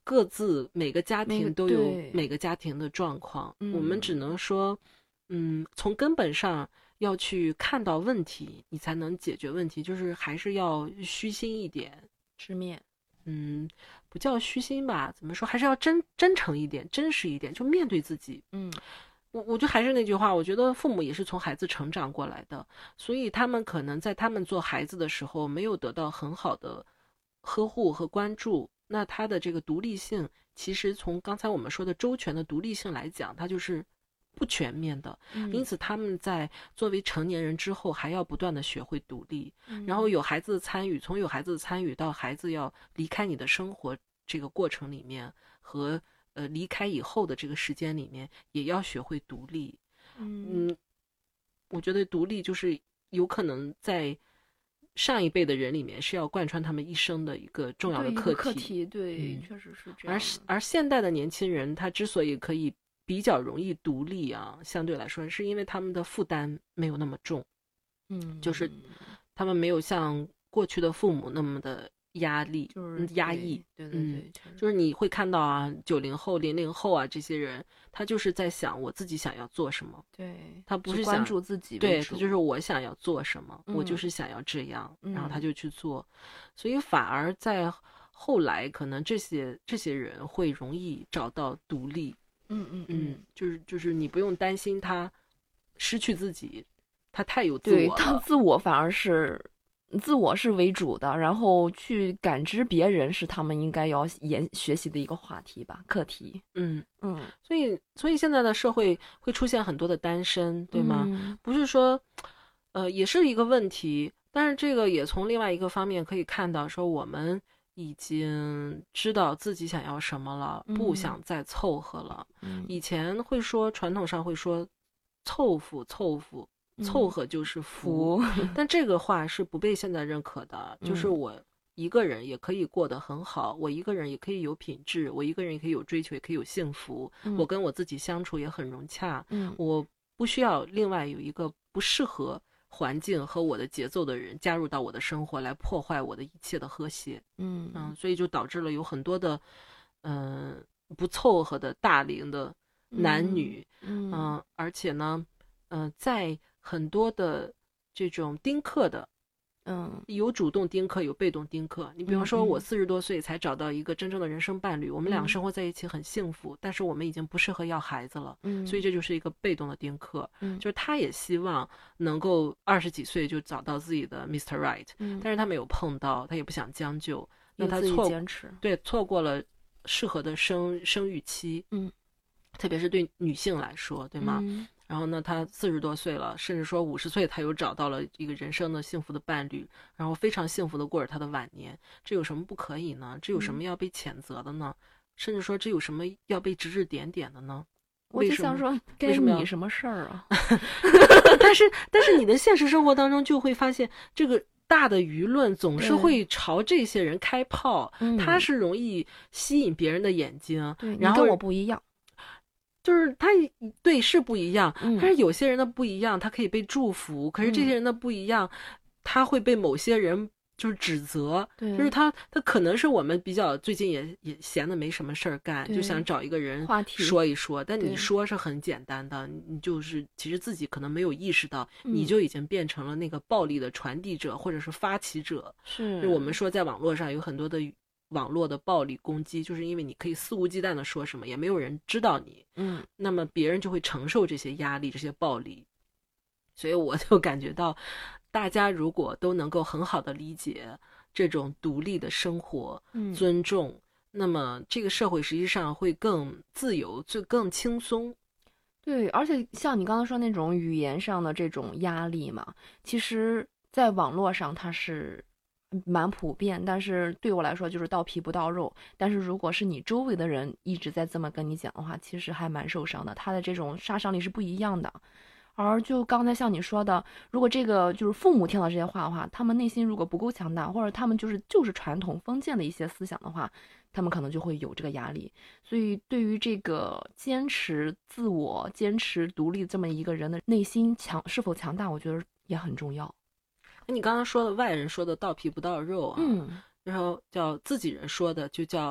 各自每个家庭都有每个家庭的状况，我们只能说，嗯，从根本上要去看到问题，你才能解决问题，就是还是要虚心一点， 直面。 嗯，不叫虚心吧，怎么说，还是要真真诚一点，真实一点，就面对自己。 嗯， 我我就还是那句话，我觉得父母也是从孩子成长过来的，所以他们可能在他们做孩子的时候没有得到很好的呵护和关注，那他的这个独立性，其实从刚才我们说的周全的独立性来讲，它就是不全面的， 嗯、 因此他们在作为成年人之后还要不断的学会独立， 嗯、 然后有孩子的参与，从有孩子的参与到孩子要离开你的生活这个过程里面，和呃离开以后的这个时间里面，也要学会独立。 嗯, 嗯，我觉得独立就是有可能在上一辈的人里面是要贯穿他们一生的一个重要的课题。 课题对、嗯、确实是这样。 而而现代的年轻人，他之所以可以比较容易独立啊，相对来说是因为他们的负担没有那么重， 嗯， 就是他们没有像过去的父母那么的压力， 就是压抑， 对对对、嗯， 就是你会看到啊，九零后、零零后啊这些人，他就是在想我自己想要做什么， 对， 他不是关注自己， 对，就是我想要做什么， 嗯、 我就是想要这样， 嗯、 然后他就去做，所以反而在后来可能这些这些人会容易找到独立。 嗯嗯嗯，就是就是你不用担心他失去自己，他太有自我了。 对，他自我反而是自我是为主的，然后去感知别人是他们应该要研学习的一个话题吧，课题。 嗯嗯， 所以所以现在的社会会出现很多的单身，对吗？ 嗯、 不是说，呃，也是一个问题，但是这个也从另外一个方面可以看到，说我们已经知道自己想要什么了， 嗯、 不想再凑合了。 嗯、 以前会说，传统上会说凑合凑合凑合就是福、 嗯、 但这个话是不被现在认可的、嗯、就是我一个人也可以过得很好，我一个人也可以有品质，我一个人也可以有追求，也可以有幸福、 嗯、 我跟我自己相处也很融洽、 嗯、 我不需要另外有一个不适合环境和我的节奏的人加入到我的生活来破坏我的一切的和谐。 嗯嗯，所以就导致了有很多的嗯、呃、不凑合的大龄的男女。 嗯、 呃、而且呢嗯、呃、在很多的这种丁克的， 嗯， 有主动丁克有被动丁克。你比方说我四十多岁才找到一个真正的人生伴侣、嗯、我们两个生活在一起很幸福、嗯、但是我们已经不适合要孩子了、 嗯、 所以这就是一个被动的丁克、 嗯、 就是他也希望能够二十几岁就找到自己的 mister Right、 嗯、 但是他没有碰到，他也不想将就，那他错坚持对错过了适合的生生育期。 嗯， 特别是对女性来说，对吗？ 嗯， 然后呢，他四十多岁了，甚至说五十岁，他又找到了一个人生的幸福的伴侣，然后非常幸福的过着他的晚年。这有什么不可以呢？这有什么要被谴责的呢？嗯、甚至说这有什么要被指指点点的呢？ 我就想说，该你什么事儿啊？ 但是，但是你的现实生活当中就会发现，这个大的舆论总是会朝这些人开炮，他是容易吸引别人的眼睛。 对， 然后跟我不一样。 就是他对是不一样、 嗯、 但是有些人的不一样他可以被祝福、嗯、可是这些人的不一样他会被某些人就是指责， 对， 就是他他可能是我们比较最近也也闲的没什么事儿干，就想找一个人说一说，但你说是很简单的，你就是其实自己可能没有意识到、嗯、你就已经变成了那个暴力的传递者或者是发起者。 是， 就我们说在网络上有很多的网络的暴力攻击，就是因为你可以肆无忌惮的说什么，也没有人知道你， 嗯， 那么别人就会承受这些压力、这些暴力。所以我就感觉到，大家如果都能够很好的理解这种独立的生活、 嗯、 尊重，那么这个社会实际上会更自由，就更轻松。 对，而且像你刚刚说那种语言上的这种压力嘛，其实在网络上它是蛮普遍，但是对我来说就是到皮不到肉。但是如果是你周围的人一直在这么跟你讲的话，其实还蛮受伤的，他的这种杀伤力是不一样的。而就刚才像你说的，如果这个就是父母听到这些话的话，他们内心如果不够强大，或者他们就是就是传统封建的一些思想的话，他们可能就会有这个压力。所以对于这个坚持自我、坚持独立这么一个人的内心强是否强大，我觉得也很重要。 你刚刚说的外人说的到皮不到肉啊， 嗯， 然后叫自己人说的就叫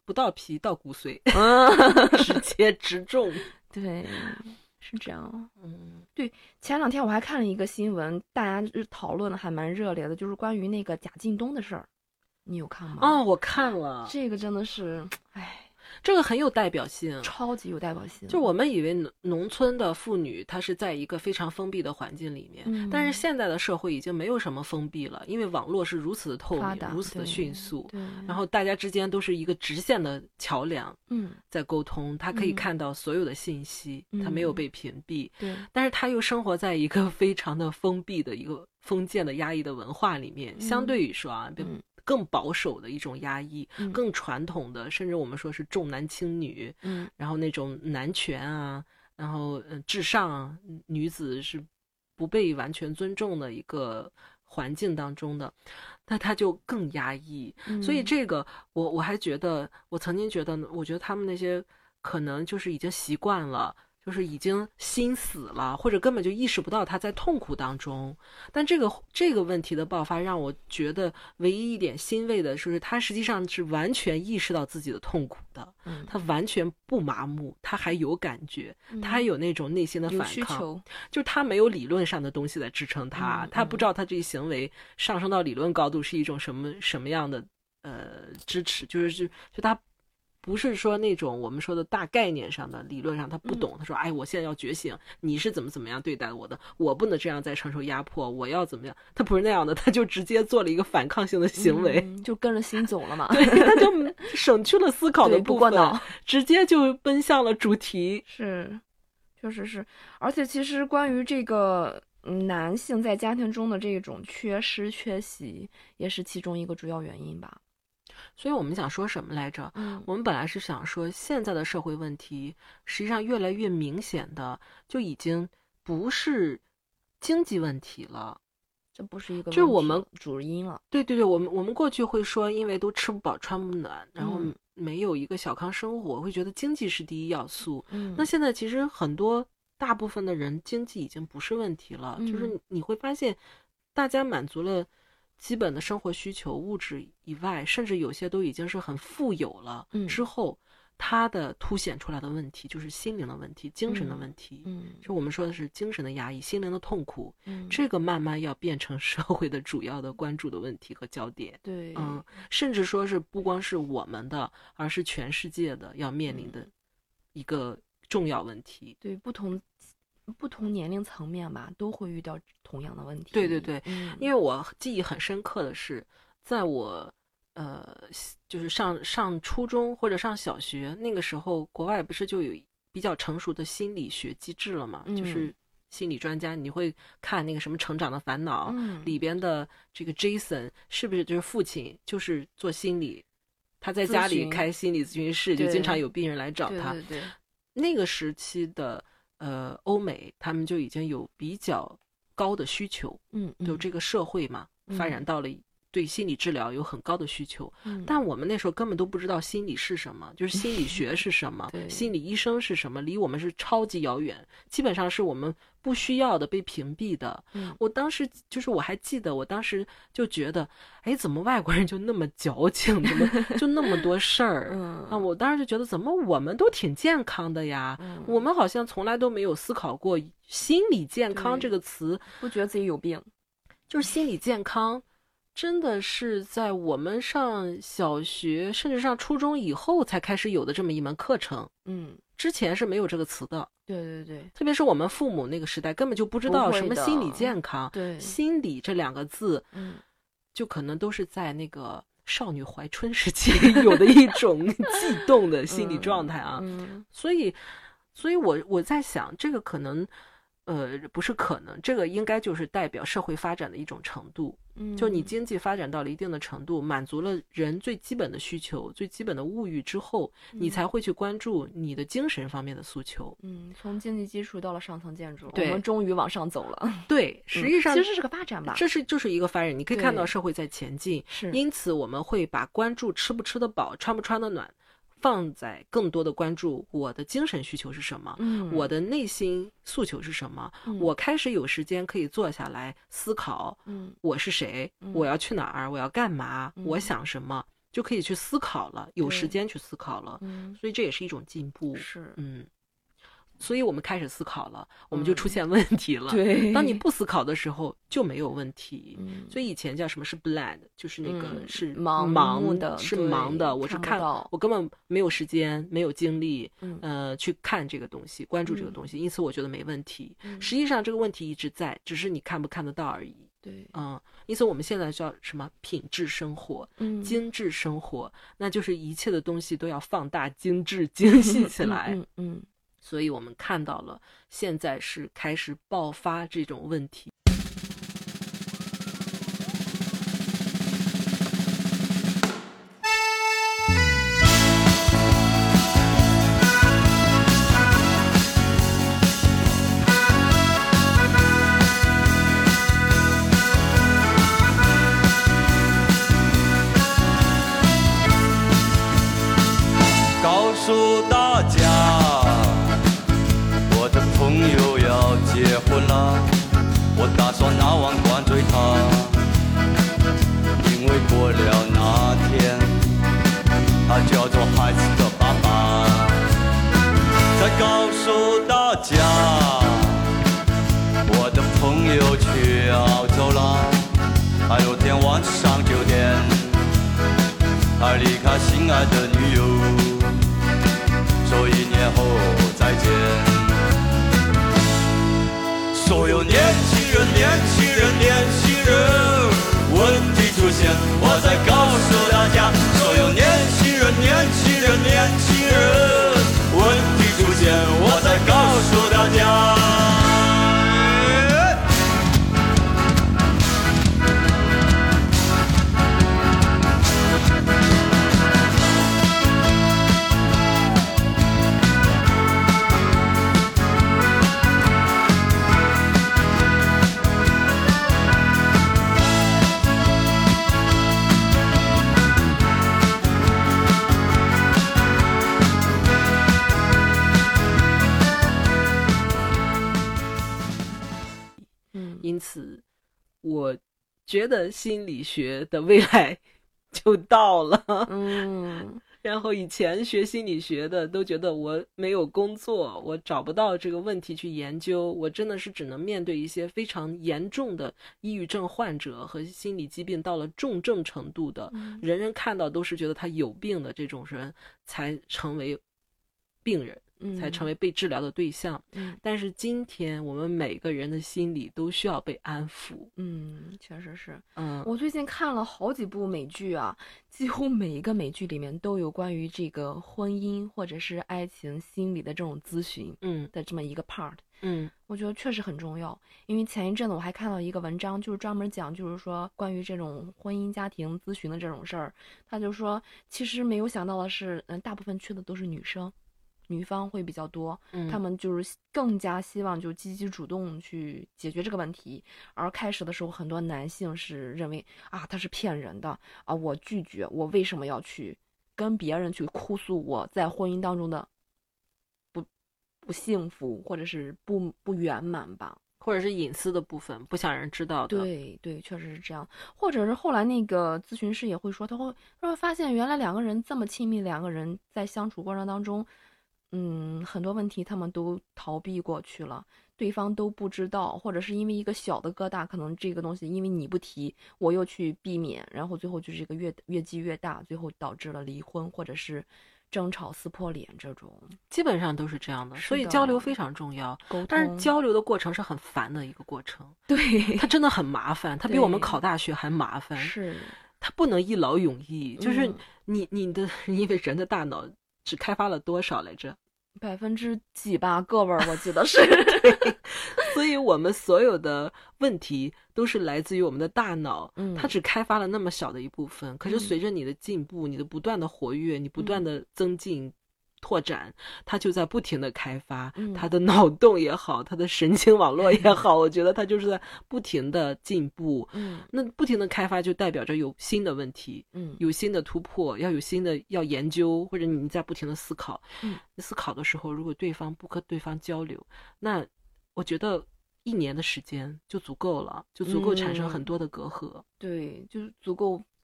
不到皮到骨髓， 嗯， 直接直中。 对，是这样。 嗯， 对，前两天我还看了一个新闻，大家讨论的还蛮热烈的，就是关于那个贾进东的事儿，你有看吗？ 哦，我看了， 这个真的是，哎。 这个很有代表性， 超级有代表性。 就我们以为农村的妇女她是在一个非常封闭的环境里面， 嗯、 但是现在的社会已经没有什么封闭了，因为网络是如此的透明，如此的迅速，然后大家之间都是一个直线的桥梁， 嗯， 在沟通，他可以看到所有的信息，嗯、他没有被屏蔽， 对， 但是他又生活在一个非常的封闭的一个封建的压抑的文化里面，嗯、相对于说啊，嗯更保守的一种压抑， 嗯、 更传统的，甚至我们说是重男轻女， 嗯， 然后那种男权啊，然后嗯至上啊，女子是不被完全尊重的一个环境当中的，那他就更压抑。 嗯、 所以这个我我还觉得，我曾经觉得，我觉得他们那些可能就是已经习惯了。就是已经心死了，或者根本就意识不到他在痛苦当中。但这个这个问题的爆发让我觉得唯一一点欣慰的就是他实际上是完全意识到自己的痛苦的， 嗯、 他完全不麻木，他还有感觉， 嗯、 他还有那种内心的反抗，就是他没有理论上的东西在支撑他， 嗯、 他不知道他这一行为上升到理论高度是一种什么什么样的呃支持，就是就就他。不是说那种我们说的大概念上的理论上他不懂，他说哎我现在要觉醒，你是怎么怎么样对待我的，我不能这样再承受压迫，我要怎么样，他不是那样的，他就直接做了一个反抗性的行为， 嗯、就跟着心走了嘛。 对，他就省去了思考的部分，直接就奔向了主题。 是，确实是。而且其实关于这个男性在家庭中的这种缺失缺席也是其中一个主要原因吧。 所以我们想说什么来着？ 嗯， 我们本来是想说现在的社会问题实际上越来越明显的就已经不是经济问题了， 这不是一个就是我们主因了。 对对对，我们我们过去会说因为都吃不饱穿不暖，然后没有一个小康生活，嗯、会觉得经济是第一要素。 嗯， 那现在其实很多大部分的人经济已经不是问题了， 嗯、 就是你会发现大家满足了基本的生活需求，物质以外，甚至有些都已经是很富有了。 嗯， 之后它的凸显出来的问题就是心灵的问题，精神的问题。 嗯， 就我们说的是精神的压抑，心灵的痛苦。 嗯， 这个慢慢要变成社会的主要的关注的问题和焦点。 对， 嗯，甚至说是不光是我们的，而是全世界的要面临的一个重要问题。 对，不同。不同年龄层面吧，都会遇到同样的问题。 对对对， 嗯、 因为我记忆很深刻的是，在我呃，就是上上初中或者上小学那个时候，国外不是就有比较成熟的心理学机制了嘛？ 嗯、 就是心理专家，你会看那个什么《成长的烦恼》 嗯、 里边的这个 Jason 是不是就是父亲，就是做心理，他在家里开心理咨询室，就经常有病人来找他。 对对对， 那个时期的。呃，欧美他们就已经有比较高的需求， 嗯， 就这个社会嘛， 嗯、 发展到了对心理治疗有很高的需求， 嗯、 但我们那时候根本都不知道心理是什么，就是心理学是什么，心理医生是什么，离我们是超级遥远，基本上是我们不需要的，被屏蔽的。 嗯、 我当时就是我还记得，我当时就觉得，哎，怎么外国人就那么矫情，怎么就那么多事儿？ 嗯、 啊，我当时就觉得，怎么我们都挺健康的呀？ 嗯、 我们好像从来都没有思考过心理健康这个词， 不觉得自己有病， 就是心理健康。真的是在我们上小学甚至上初中以后才开始有的这么一门课程， 嗯， 之前是没有这个词的。 对对对， 特别是我们父母那个时代根本就不知道什么心理健康， 对， 心理这两个字， 嗯， 就可能都是在那个少女怀春时期有的一种悸动的心理状态啊。 嗯嗯、 所以，所以我我在想，这个可能。呃，不是可能，这个应该就是代表社会发展的一种程度。 嗯， 就你经济发展到了一定的程度，满足了人最基本的需求、最基本的物欲之后， 嗯、 你才会去关注你的精神方面的诉求。 嗯，从经济基础到了上层建筑， 对， 我们终于往上走了。 对，实际上、 嗯、其实是个发展吧， 这是就是一个发展。你可以看到社会在前进， 是， 因此我们会把关注吃不吃得饱、穿不穿得暖。放在更多的关注我的精神需求是什么， 嗯， 我的内心诉求是什么， 嗯、 我开始有时间可以坐下来思考， 嗯， 我是谁， 嗯、 我要去哪儿，我要干嘛， 嗯、 我想什么， 就可以去思考了，有时间去思考了， 嗯， 所以这也是一种进步。 是， 嗯，所以我们开始思考了，我们就出现问题了。 嗯、对， 当你不思考的时候就没有问题。 嗯、 所以以前叫什么是 blind， 就是那个是盲盲的， 是盲的，我是看我根本没有时间，没有精力， 嗯、 呃，去看这个东西，关注这个东西， 嗯、 因此我觉得没问题。 嗯、 实际上这个问题一直在，只是你看不看得到而已。 对， 嗯，因此我们现在叫什么品质生活， 嗯， 精致生活，那就是一切的东西都要放大、精致、精细起来。 嗯 嗯, 嗯， 所以我们看到了，现在是开始爆发这种问题。 告诉大家，我的朋友要结婚了，我打算拿碗灌醉他，因为过了那天，他叫做孩子的爸爸。再告诉大家，我的朋友去澳洲了，还有天晚上九点，他离开心爱的女友。说一年后再见。所有年轻人，年轻人，年轻人，问题出现，我再告诉大家。所有年轻人，年轻人，年轻人，问题出现，我再告诉大家。 因此我觉得心理学的未来就到了。 嗯， 然后以前学心理学的都觉得我没有工作，我找不到这个问题去研究，我真的是只能面对一些非常严重的抑郁症患者和心理疾病到了重症程度的、嗯、人人看到都是觉得他有病的这种人才成为病人，才成为被治疗的对象、 嗯、 但是今天我们每个人的心理都需要被安抚。 嗯，确实是。 嗯， 我最近看了好几部美剧啊，几乎每一个美剧里面都有关于这个婚姻或者是爱情心理的这种咨询嗯的这么一个 part。 嗯， 我觉得确实很重要，因为前一阵子我还看到一个文章，就是专门讲就是说关于这种婚姻家庭咨询的这种事儿。他就说其实没有想到的是，嗯，大部分去的都是女生，女方会比较多， 嗯， 他们就是更加希望就积极主动去解决这个问题。而开始的时候，很多男性是认为啊，他是骗人的啊，我拒绝，我为什么要去跟别人去哭诉我在婚姻当中的不不幸福，或者是不不圆满吧， 或者是隐私的部分不想人知道的。 对对，确实是这样。或者是后来那个咨询师也会说，他会他会发现原来两个人这么亲密，两个人在相处过程当中。嗯，很多问题他们都逃避过去了，对方都不知道，或者是因为一个小的疙瘩，可能这个东西因为你不提，我又去避免，然后最后就是这个越越积越大，最后导致了离婚或者是争吵撕破脸，这种基本上都是这样的。所以交流非常重要， 沟通， 但是交流的过程是很烦的一个过程。 对， 它真的很麻烦，它比我们考大学还麻烦。 是， 它不能一劳永逸，就是你、嗯、你的因为人的大脑只开发了多少来着？ 百分之几吧，个位我记得是。 所以我们所有的问题都是来自于我们的大脑， 嗯， 它只开发了那么小的一部分。可是随着你的进步，嗯、你的不断的活跃，你不断的增进。嗯拓展，它就在不停的开发， 嗯、 它的脑洞也好，它的神经网络也好，我觉得它就是在不停的进步。 嗯， 那不停的开发就代表着有新的问题， 嗯， 有新的突破，要有新的要研究，或者你在不停的思考。 嗯， 思考的时候，如果对方不和对方交流，那我觉得一年的时间就足够了，就足够产生很多的隔阂。 嗯、对，就足够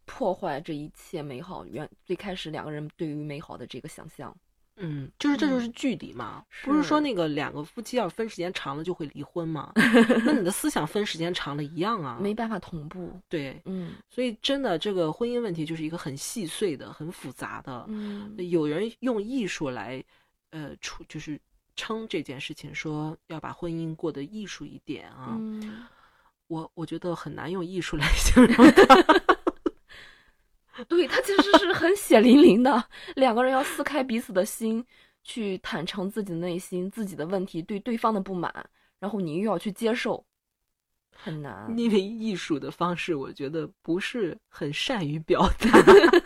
破坏这一切美好，原最开始两个人对于美好的这个想象。 嗯，就是这就是距离嘛， 嗯、 不是说那个两个夫妻要分时间长了就会离婚嘛？那你的思想分时间长了一样啊， 没办法同步。 对， 嗯， 所以真的这个婚姻问题就是一个很细碎的、很复杂的。 嗯， 有人用艺术来，呃，出就是称这件事情，说要把婚姻过得艺术一点啊。 嗯， 我我觉得很难用艺术来形容它。 对，他其实是很血淋淋的，两个人要撕开彼此的心，去坦诚自己的内心、自己的问题，对对方的不满，然后你又要去接受，很难。 因为艺术的方式，我觉得不是很善于表达，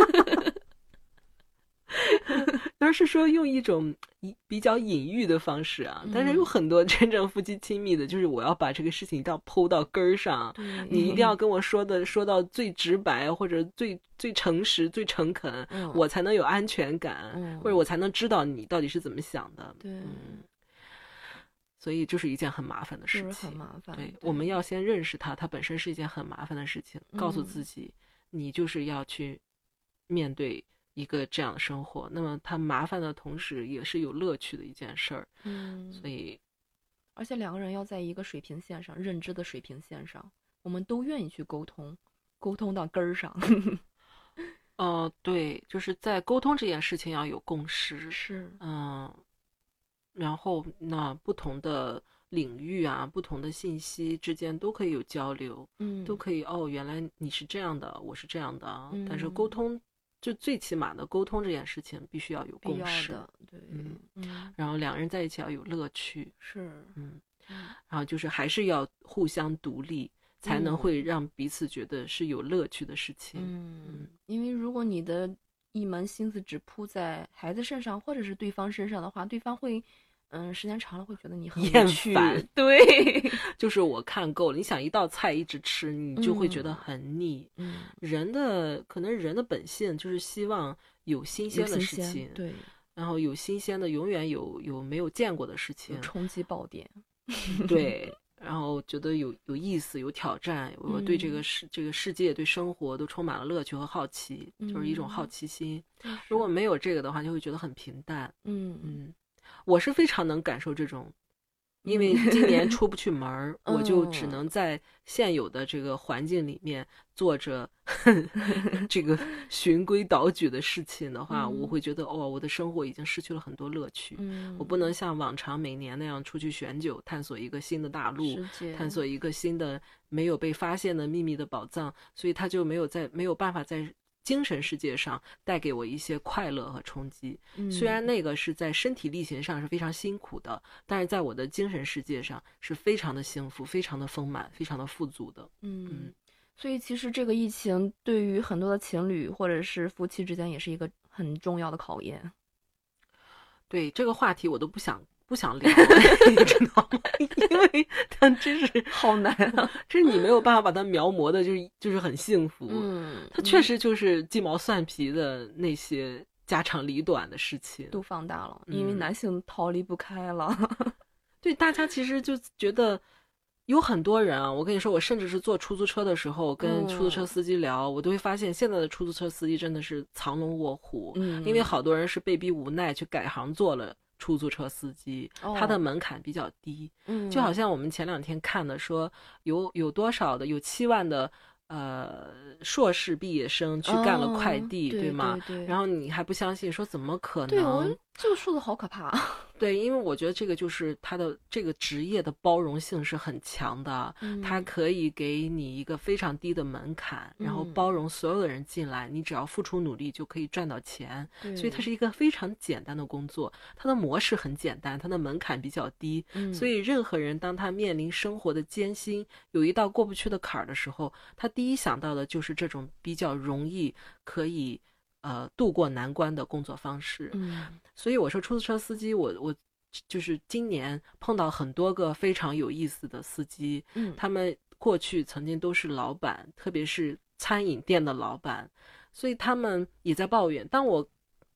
而是说用一种比较隐喻的方式啊。但是有很多真正夫妻亲密的，就是我要把这个事情一定要剖到根儿上，你一定要跟我说的说到最直白，或者最最诚实、最诚恳，嗯、我才能有安全感，嗯、或者我才能知道你到底是怎么想的。 对， 嗯，所以就是一件很麻烦的事情， 很麻烦。 对，我们要先认识它，它本身是一件很麻烦的事情，告诉自己，嗯、你就是要去面对一个这样的生活。那么它麻烦的同时，也是有乐趣的一件事儿。 嗯， 所以， 而且两个人要在一个水平线上，认知的水平线上，我们都愿意去沟通，沟通到根儿上。 哦、呃，对，就是在沟通这件事情要有共识。 是， 嗯。然后那不同的领域啊，不同的信息之间都可以有交流， 嗯， 都可以哦，原来你是这样的，我是这样的， 嗯、 但是沟通就最起码的沟通这件事情必须要有共识， 的，对， 嗯嗯， 然后两人在一起要有乐趣， 是， 嗯，然后就是还是要互相独立，才能会让彼此觉得是有乐趣的事情， 嗯，嗯因为如果你的一门心思只扑在孩子身上，或者是对方身上的话，对方会。嗯，时间长了会觉得你很厌烦， 对， 就是我看够了。你想一道菜一直吃，你就会觉得很腻。 嗯， 人的可能人的本性就是希望有新鲜的事情， 对， 然后有新鲜的，永远有有没有见过的事情， 冲击爆点， 对，然后觉得有有意思，有挑战，我对这个世、嗯、这个世界，对生活都充满了乐趣和好奇，嗯、就是一种好奇心。如果没有这个的话，就会觉得很平淡。 嗯嗯。我是非常能感受这种，因为今年出不去门儿，嗯、我就只能在现有的这个环境里面做着这个循规蹈矩的事情的话，嗯、我会觉得哦，我的生活已经失去了很多乐趣。 嗯、 我不能像往常每年那样出去选酒，探索一个新的大陆，探索一个新的没有被发现的秘密的宝藏，所以他就没有在没有办法在精神世界上带给我一些快乐和冲击， 嗯、 虽然那个是在身体力行上是非常辛苦的，但是在我的精神世界上是非常的幸福，非常的丰满，非常的富足的。 嗯，嗯所以其实这个疫情对于很多的情侣或者是夫妻之间也是一个很重要的考验。 对，这个话题我都不想不想聊，你知道吗？因为它真是好难啊， 就是你没有办法把它描摹的，就是就是很幸福。 嗯， 它确实就是鸡毛蒜皮的那些家长里短的事情都放大了，因为男性逃离不开了。 嗯、对，大家其实就觉得有很多人啊，我跟你说，我甚至是坐出租车的时候跟出租车司机聊，嗯、我都会发现现在的出租车司机真的是藏龙卧虎， 嗯， 因为好多人是被逼无奈去改行做了出租车司机， 哦、 他的门槛比较低， 嗯， 就好像我们前两天看的说有有多少的有七万的呃硕士毕业生去干了快递， 哦、对, 对吗？ 对对， 然后你还不相信，说怎么可能？ 对，我这个数字好可怕。 对，因为我觉得这个就是他的这个职业的包容性是很强的， 嗯、 他可以给你一个非常低的门槛，然后包容所有的人进来，嗯、你只要付出努力就可以赚到钱，所以它是一个非常简单的工作，它的模式很简单，它的门槛比较低， 嗯、 所以任何人当他面临生活的艰辛，有一道过不去的坎儿的时候，他第一想到的就是这种比较容易可以呃度过难关的工作方式。 嗯， 所以我说出租车司机，我我就是今年碰到很多个非常有意思的司机， 嗯， 他们过去曾经都是老板，特别是餐饮店的老板，所以他们也在抱怨。当我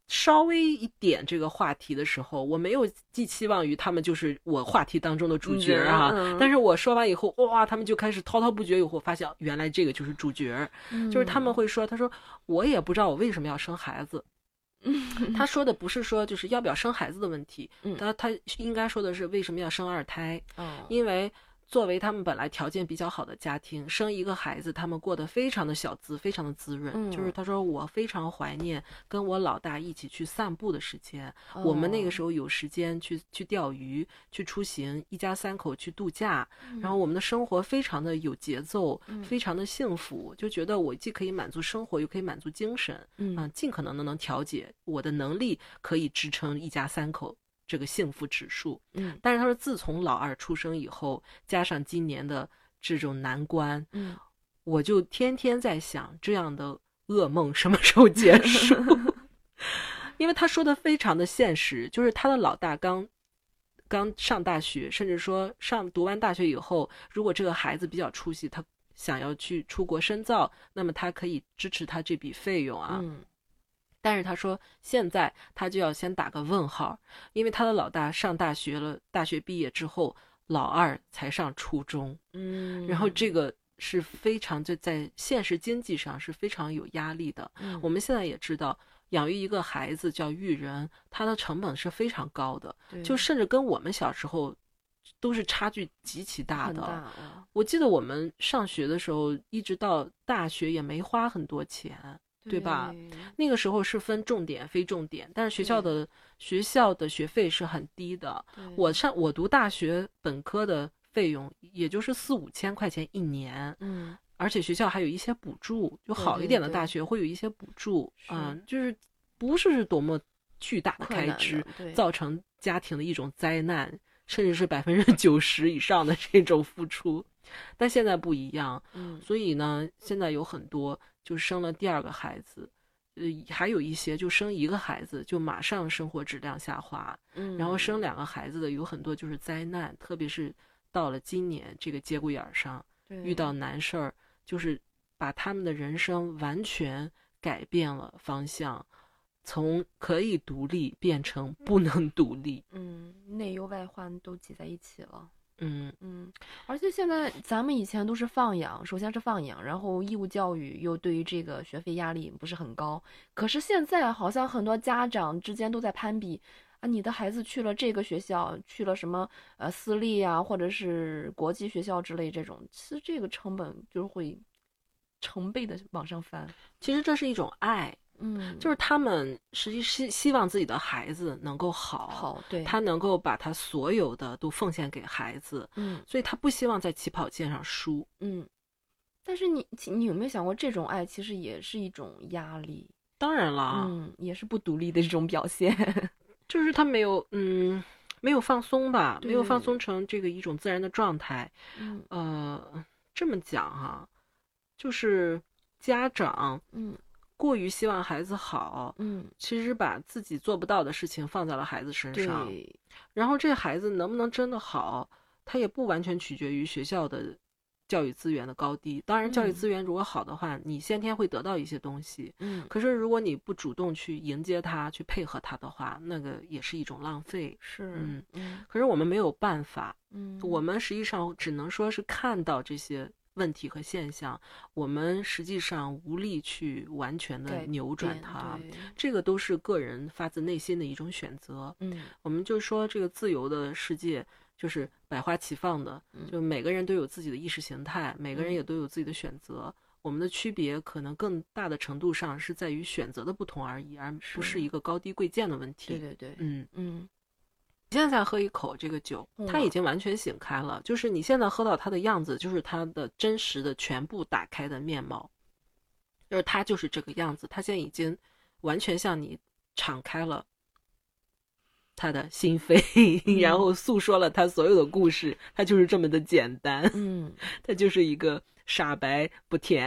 稍微一点这个话题的时候，我没有寄期望于他们就是我话题当中的主角啊，嗯、但是我说完以后，哇，他们就开始滔滔不绝，以后发现原来这个就是主角，嗯、就是他们会说，他说我也不知道我为什么要生孩子。嗯、他说的不是说就是要不要生孩子的问题，嗯、他他应该说的是为什么要生二胎，哦、因为作为他们本来条件比较好的家庭，生一个孩子他们过得非常的小资，非常的滋润、嗯、就是他说我非常怀念跟我老大一起去散步的时间、哦、我们那个时候有时间去去钓鱼，去出行，一家三口去度假、嗯、然后我们的生活非常的有节奏、嗯、非常的幸福，就觉得我既可以满足生活又可以满足精神，嗯、呃，尽可能的能调节我的能力，可以支撑一家三口这个幸福指数。嗯，但是他说自从老二出生以后，加上今年的这种难关，嗯，我就天天在想这样的噩梦什么时候结束。因为他说的非常的现实，就是他的老大刚刚上大学，甚至说上读完大学以后，如果这个孩子比较出息，他想要去出国深造，那么他可以支持他这笔费用啊。嗯，但是他说现在他就要先打个问号，因为他的老大上大学了，大学毕业之后老二才上初中，嗯，然后这个是非常就在现实经济上是非常有压力的、嗯、我们现在也知道养育一个孩子叫育人，他的成本是非常高的，就甚至跟我们小时候都是差距极其大的大、啊、我记得我们上学的时候一直到大学也没花很多钱，对吧？对，那个时候是分重点非重点，但是学校的学校的学费是很低的。我上我读大学本科的费用也就是四五千块钱一年，嗯，而且学校还有一些补助，就好一点的大学会有一些补助，嗯，就是不是多么巨大的开支，造成家庭的一种灾难，甚至是百分之九十以上的这种付出。但现在不一样，嗯，所以呢，现在有很多就生了第二个孩子，呃，还有一些就生一个孩子就马上生活质量下滑，嗯，然后生两个孩子的有很多就是灾难，特别是到了今年这个节骨眼上遇到难事儿，就是把他们的人生完全改变了方向，从可以独立变成不能独立， 嗯，内忧外患都挤在一起了。 嗯嗯，而且现在咱们以前都是放养，首先是放养，然后义务教育又对于这个学费压力不是很高，可是现在好像很多家长之间都在攀比啊，你的孩子去了这个学校，去了什么呃私立啊，或者是国际学校之类这种，其实这个成本就会成倍的往上翻。 其实这是一种爱。嗯，就是他们实际是希望自己的孩子能够好， 好，对， 他能够把他所有的都奉献给孩子，嗯，所以他不希望在起跑线上输， 嗯。但是你你有没有想过，这种爱其实也是一种压力？ 当然了， 嗯，也是不独立的这种表现， 就是他没有，嗯，没有放松吧，没有放松成这个一种自然的状态，嗯，呃，这么讲哈，就是家长，嗯。过于希望孩子好，嗯，其实把自己做不到的事情放在了孩子身上，对，然后这孩子能不能真的好，他也不完全取决于学校的教育资源的高低。当然教育资源如果好的话，嗯，你先天会得到一些东西，嗯，可是如果你不主动去迎接他，去配合他的话，那个也是一种浪费， 是， 嗯嗯。可是我们没有办法，嗯，我们实际上只能说是看到这些问题和现象，我们实际上无力去完全的扭转它，这个都是个人发自内心的一种选择。嗯，我们就说这个自由的世界就是百花齐放的，嗯，就每个人都有自己的意识形态，每个人也都有自己的选择，嗯，我们的区别可能更大的程度上是在于选择的不同而已，而不是一个高低贵贱的问题。 对对对， 嗯嗯。 你现在再喝一口这个酒，它已经完全醒开了，嗯，就是你现在喝到它的样子，就是它的真实的全部打开的面貌，就是它就是这个样子，它现在已经完全向你敞开了他的心扉，嗯，然后诉说了他所有的故事，他就是这么的简单，嗯，他就是一个傻白不甜。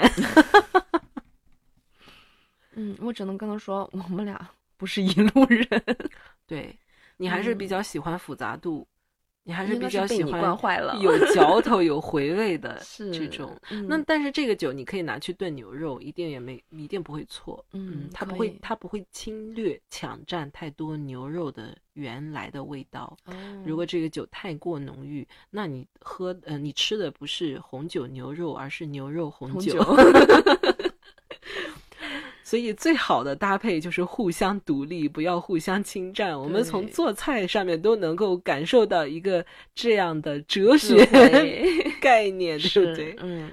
嗯，我只能跟他说，我们俩不是一路人。 对。你还是比较喜欢复杂度， 你还是比较喜欢惯坏了有嚼头有回味的是这种、 嗯、 那但是这个酒你可以拿去炖牛肉，一定也没一定不会错。 嗯, 嗯，它不会它不会侵略抢占太多牛肉的原来的味道、哦、如果这个酒太过浓郁，那你喝呃你吃的不是红酒牛肉，而是牛肉红酒, 红酒所以最好的搭配就是互相独立，不要互相侵占。我们从做菜上面都能够感受到一个这样的哲学概念，对不对？ 嗯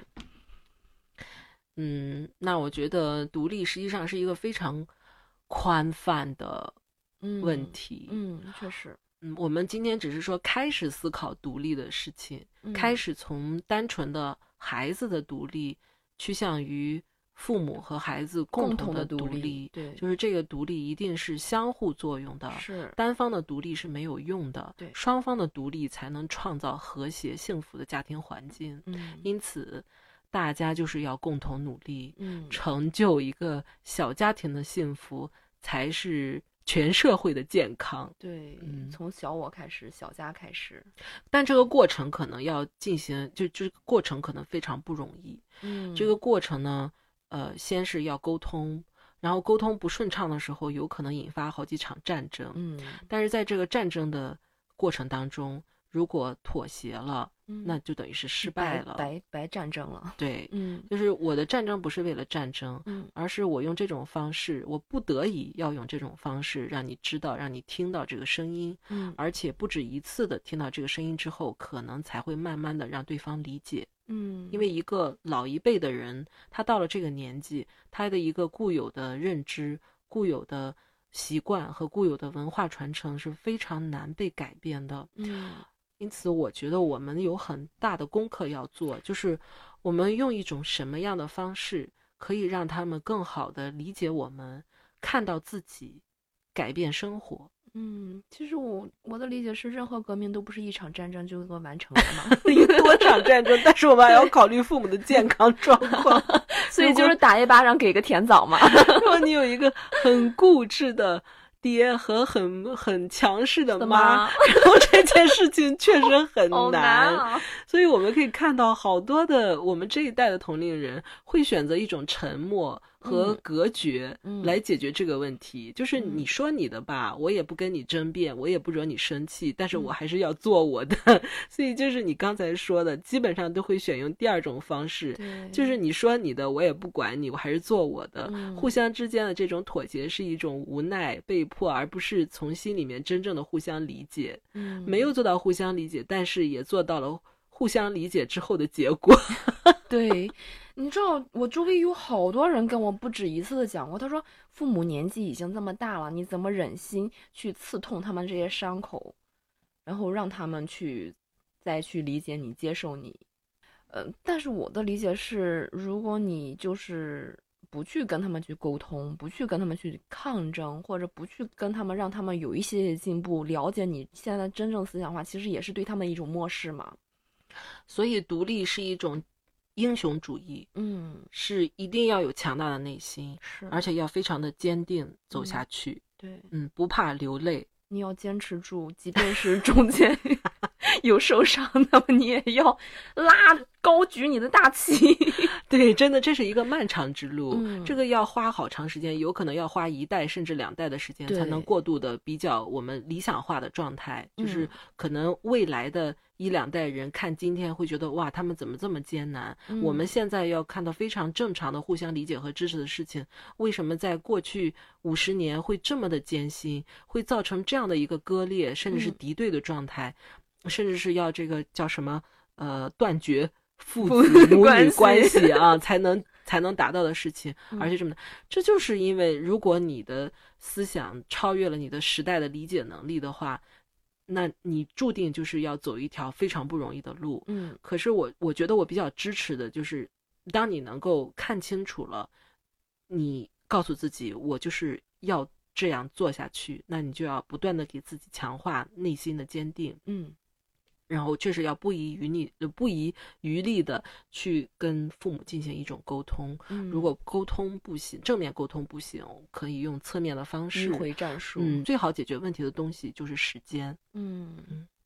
嗯，那我觉得独立实际上是一个非常宽泛的问题。 嗯，确实。 嗯，我们今天只是说开始思考独立的事情、嗯、开始从单纯的孩子的独立趋向于父母和孩子共同的独立， 共同的独立，对， 就是这个独立一定是相互作用的， 是单方的独立是没有用的， 对， 双方的独立才能创造和谐幸福的家庭环境。 嗯， 因此大家就是要共同努力， 嗯， 成就一个小家庭的幸福，才是全社会的健康。 对、 嗯， 从小我开始，小家开始， 但这个过程可能要进行，就这个过程可能非常不容易。 嗯， 这个过程呢呃，先是要沟通，然后沟通不顺畅的时候，有可能引发好几场战争。 嗯， 但是在这个战争的过程当中，如果妥协了， 嗯、 那就等于是失败了， 白白白战争了。 对， 嗯， 就是我的战争不是为了战争， 嗯， 而是我用这种方式，我不得已要用这种方式让你知道，让你听到这个声音， 嗯， 而且不止一次的听到这个声音之后，可能才会慢慢的让对方理解。 嗯， 因为一个老一辈的人，他到了这个年纪，他的一个固有的认知、固有的习惯和固有的文化传承是非常难被改变的。 嗯， 因此我觉得我们有很大的功课要做，就是我们用一种什么样的方式可以让他们更好的理解我们，看到自己，改变生活。 嗯，其实我我的理解是，任何革命都不是一场战争就能够完成的嘛， 有多场战争，但是我们还要考虑父母的健康状况， 所以就是打一巴掌给个甜枣嘛。 如果你有一个很固执的爹和很很强势的妈，然后这件事情确实很难， 难啊、 所以我们可以看到好多的我们这一代的同龄人会选择一种沉默和隔绝来解决这个问题、嗯、就是你说你的吧、嗯、我也不跟你争辩，我也不惹你生气，但是我还是要做我的、嗯、所以就是你刚才说的基本上都会选用第二种方式，就是你说你的我也不管你，我还是做我的、嗯、互相之间的这种妥协是一种无奈被迫，而不是从心里面真正的互相理解、嗯、没有做到互相理解，但是也做到了互相理解之后的结果。 对，你知道我周围有好多人跟我不止一次的讲过，他说父母年纪已经这么大了，你怎么忍心去刺痛他们这些伤口，然后让他们去再去理解你，接受你。呃，但是我的理解是，如果你就是不去跟他们去沟通，不去跟他们去抗争，或者不去跟他们让他们有一些进步，了解你现在真正思想化，其实也是对他们一种漠视嘛。 所以独立是一种英雄主义， 嗯， 是一定要有强大的内心， 是， 而且要非常的坚定走下去、嗯、 对， 嗯，不怕流泪， 你要坚持住，即便是中间有受伤，那么你也要拉高举你的大旗。 对，真的这是一个漫长之路、 嗯、 这个要花好长时间，有可能要花一代甚至两代的时间才能过渡的比较我们理想化的状态，就是可能未来的一两代人看今天会觉得哇，他们怎么这么艰难、嗯、我们现在要看到非常正常的互相理解和支持的事情，为什么在过去五十年会这么的艰辛，会造成这样的一个割裂甚至是敌对的状态、嗯、甚至是要这个叫什么呃断绝父子母女关系啊才能才能达到的事情、嗯、而且这么这就是因为如果你的思想超越了你的时代的理解能力的话，那你注定就是要走一条非常不容易的路。 嗯， 可是我我觉得我比较支持的就是当你能够看清楚了，你告诉自己我就是要这样做下去，那你就要不断的给自己强化内心的坚定。 嗯， 然后确实要不遗余力不遗余力的去跟父母进行一种沟通、嗯、如果沟通不行，正面沟通不行，可以用侧面的方式， 迂回战术。 嗯，最好解决问题的东西就是时间。 嗯，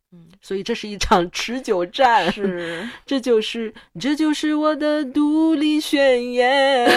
嗯， 所以这是一场持久战， 是， 这就是这就是我的独立宣言。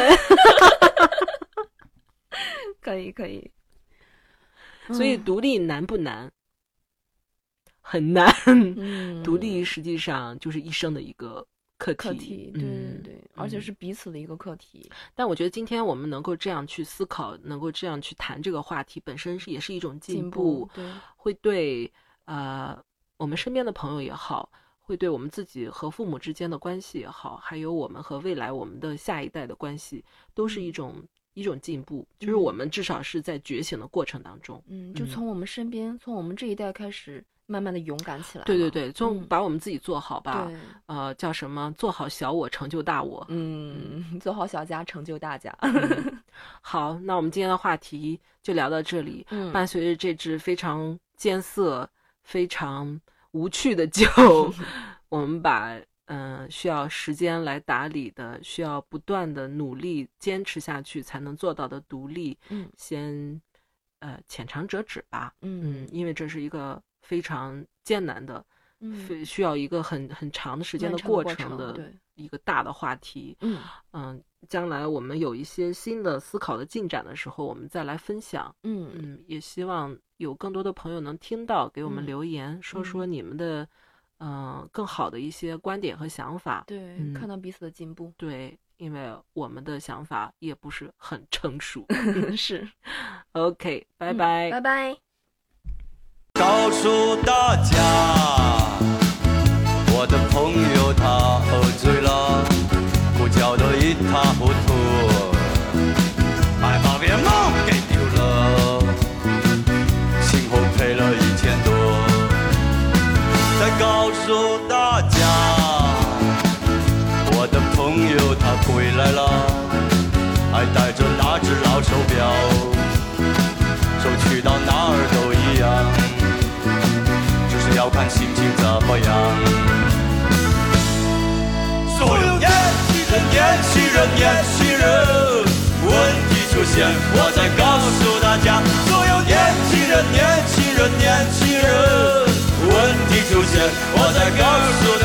可以可以。 所以独立难不难？很难。 嗯， 独立实际上就是一生的一个课题， 课题，对对对、嗯，而且是彼此的一个课题。 但我觉得今天我们能够这样去思考，能够这样去谈这个话题，本身是也是一种进步， 进步对， 会对呃我们身边的朋友也好，会对我们自己和父母之间的关系也好，还有我们和未来我们的下一代的关系，都是一种、嗯、一种进步，就是我们至少是在觉醒的过程当中， 嗯，就从我们身边、嗯，从我们这一代开始。慢慢的勇敢起来， 对对对，从把我们自己做好吧， 嗯、 呃，叫什么？做好小我，成就大我。 嗯，做好小家，成就大家。 嗯、好，那我们今天的话题就聊到这里。 嗯， 伴随着这支非常艰涩、非常无趣的酒，我们把嗯、呃、需要时间来打理的，需要不断的努力坚持下去才能做到的独立， 嗯， 先呃浅尝辄止吧。 嗯， 嗯因为这是一个非常艰难的， 嗯， 需要一个很很长的时间的过程的一个大的话题。 嗯嗯，将来我们有一些新的思考的进展的时候，我们再来分享。 嗯嗯，也希望有更多的朋友能听到，给我们留言，嗯、说说你们的嗯、呃、更好的一些观点和想法。 对、 嗯， 看到彼此的进步。 对，因为我们的想法也不是很成熟。 是 ，OK， 拜拜， 嗯、拜拜。 告诉大家，我的朋友他喝醉了，呼叫得一塌糊涂，还把别人梦给丢了，幸好赔了一千多。再告诉大家，我的朋友他回来了，还带着那只老手表，说去到哪儿都一样，要看心情怎么样。所有年轻人，年轻人，年轻人，问题出现，我再告诉大家。所有年轻人，年轻人，年轻人，问题出现，我再告诉大家。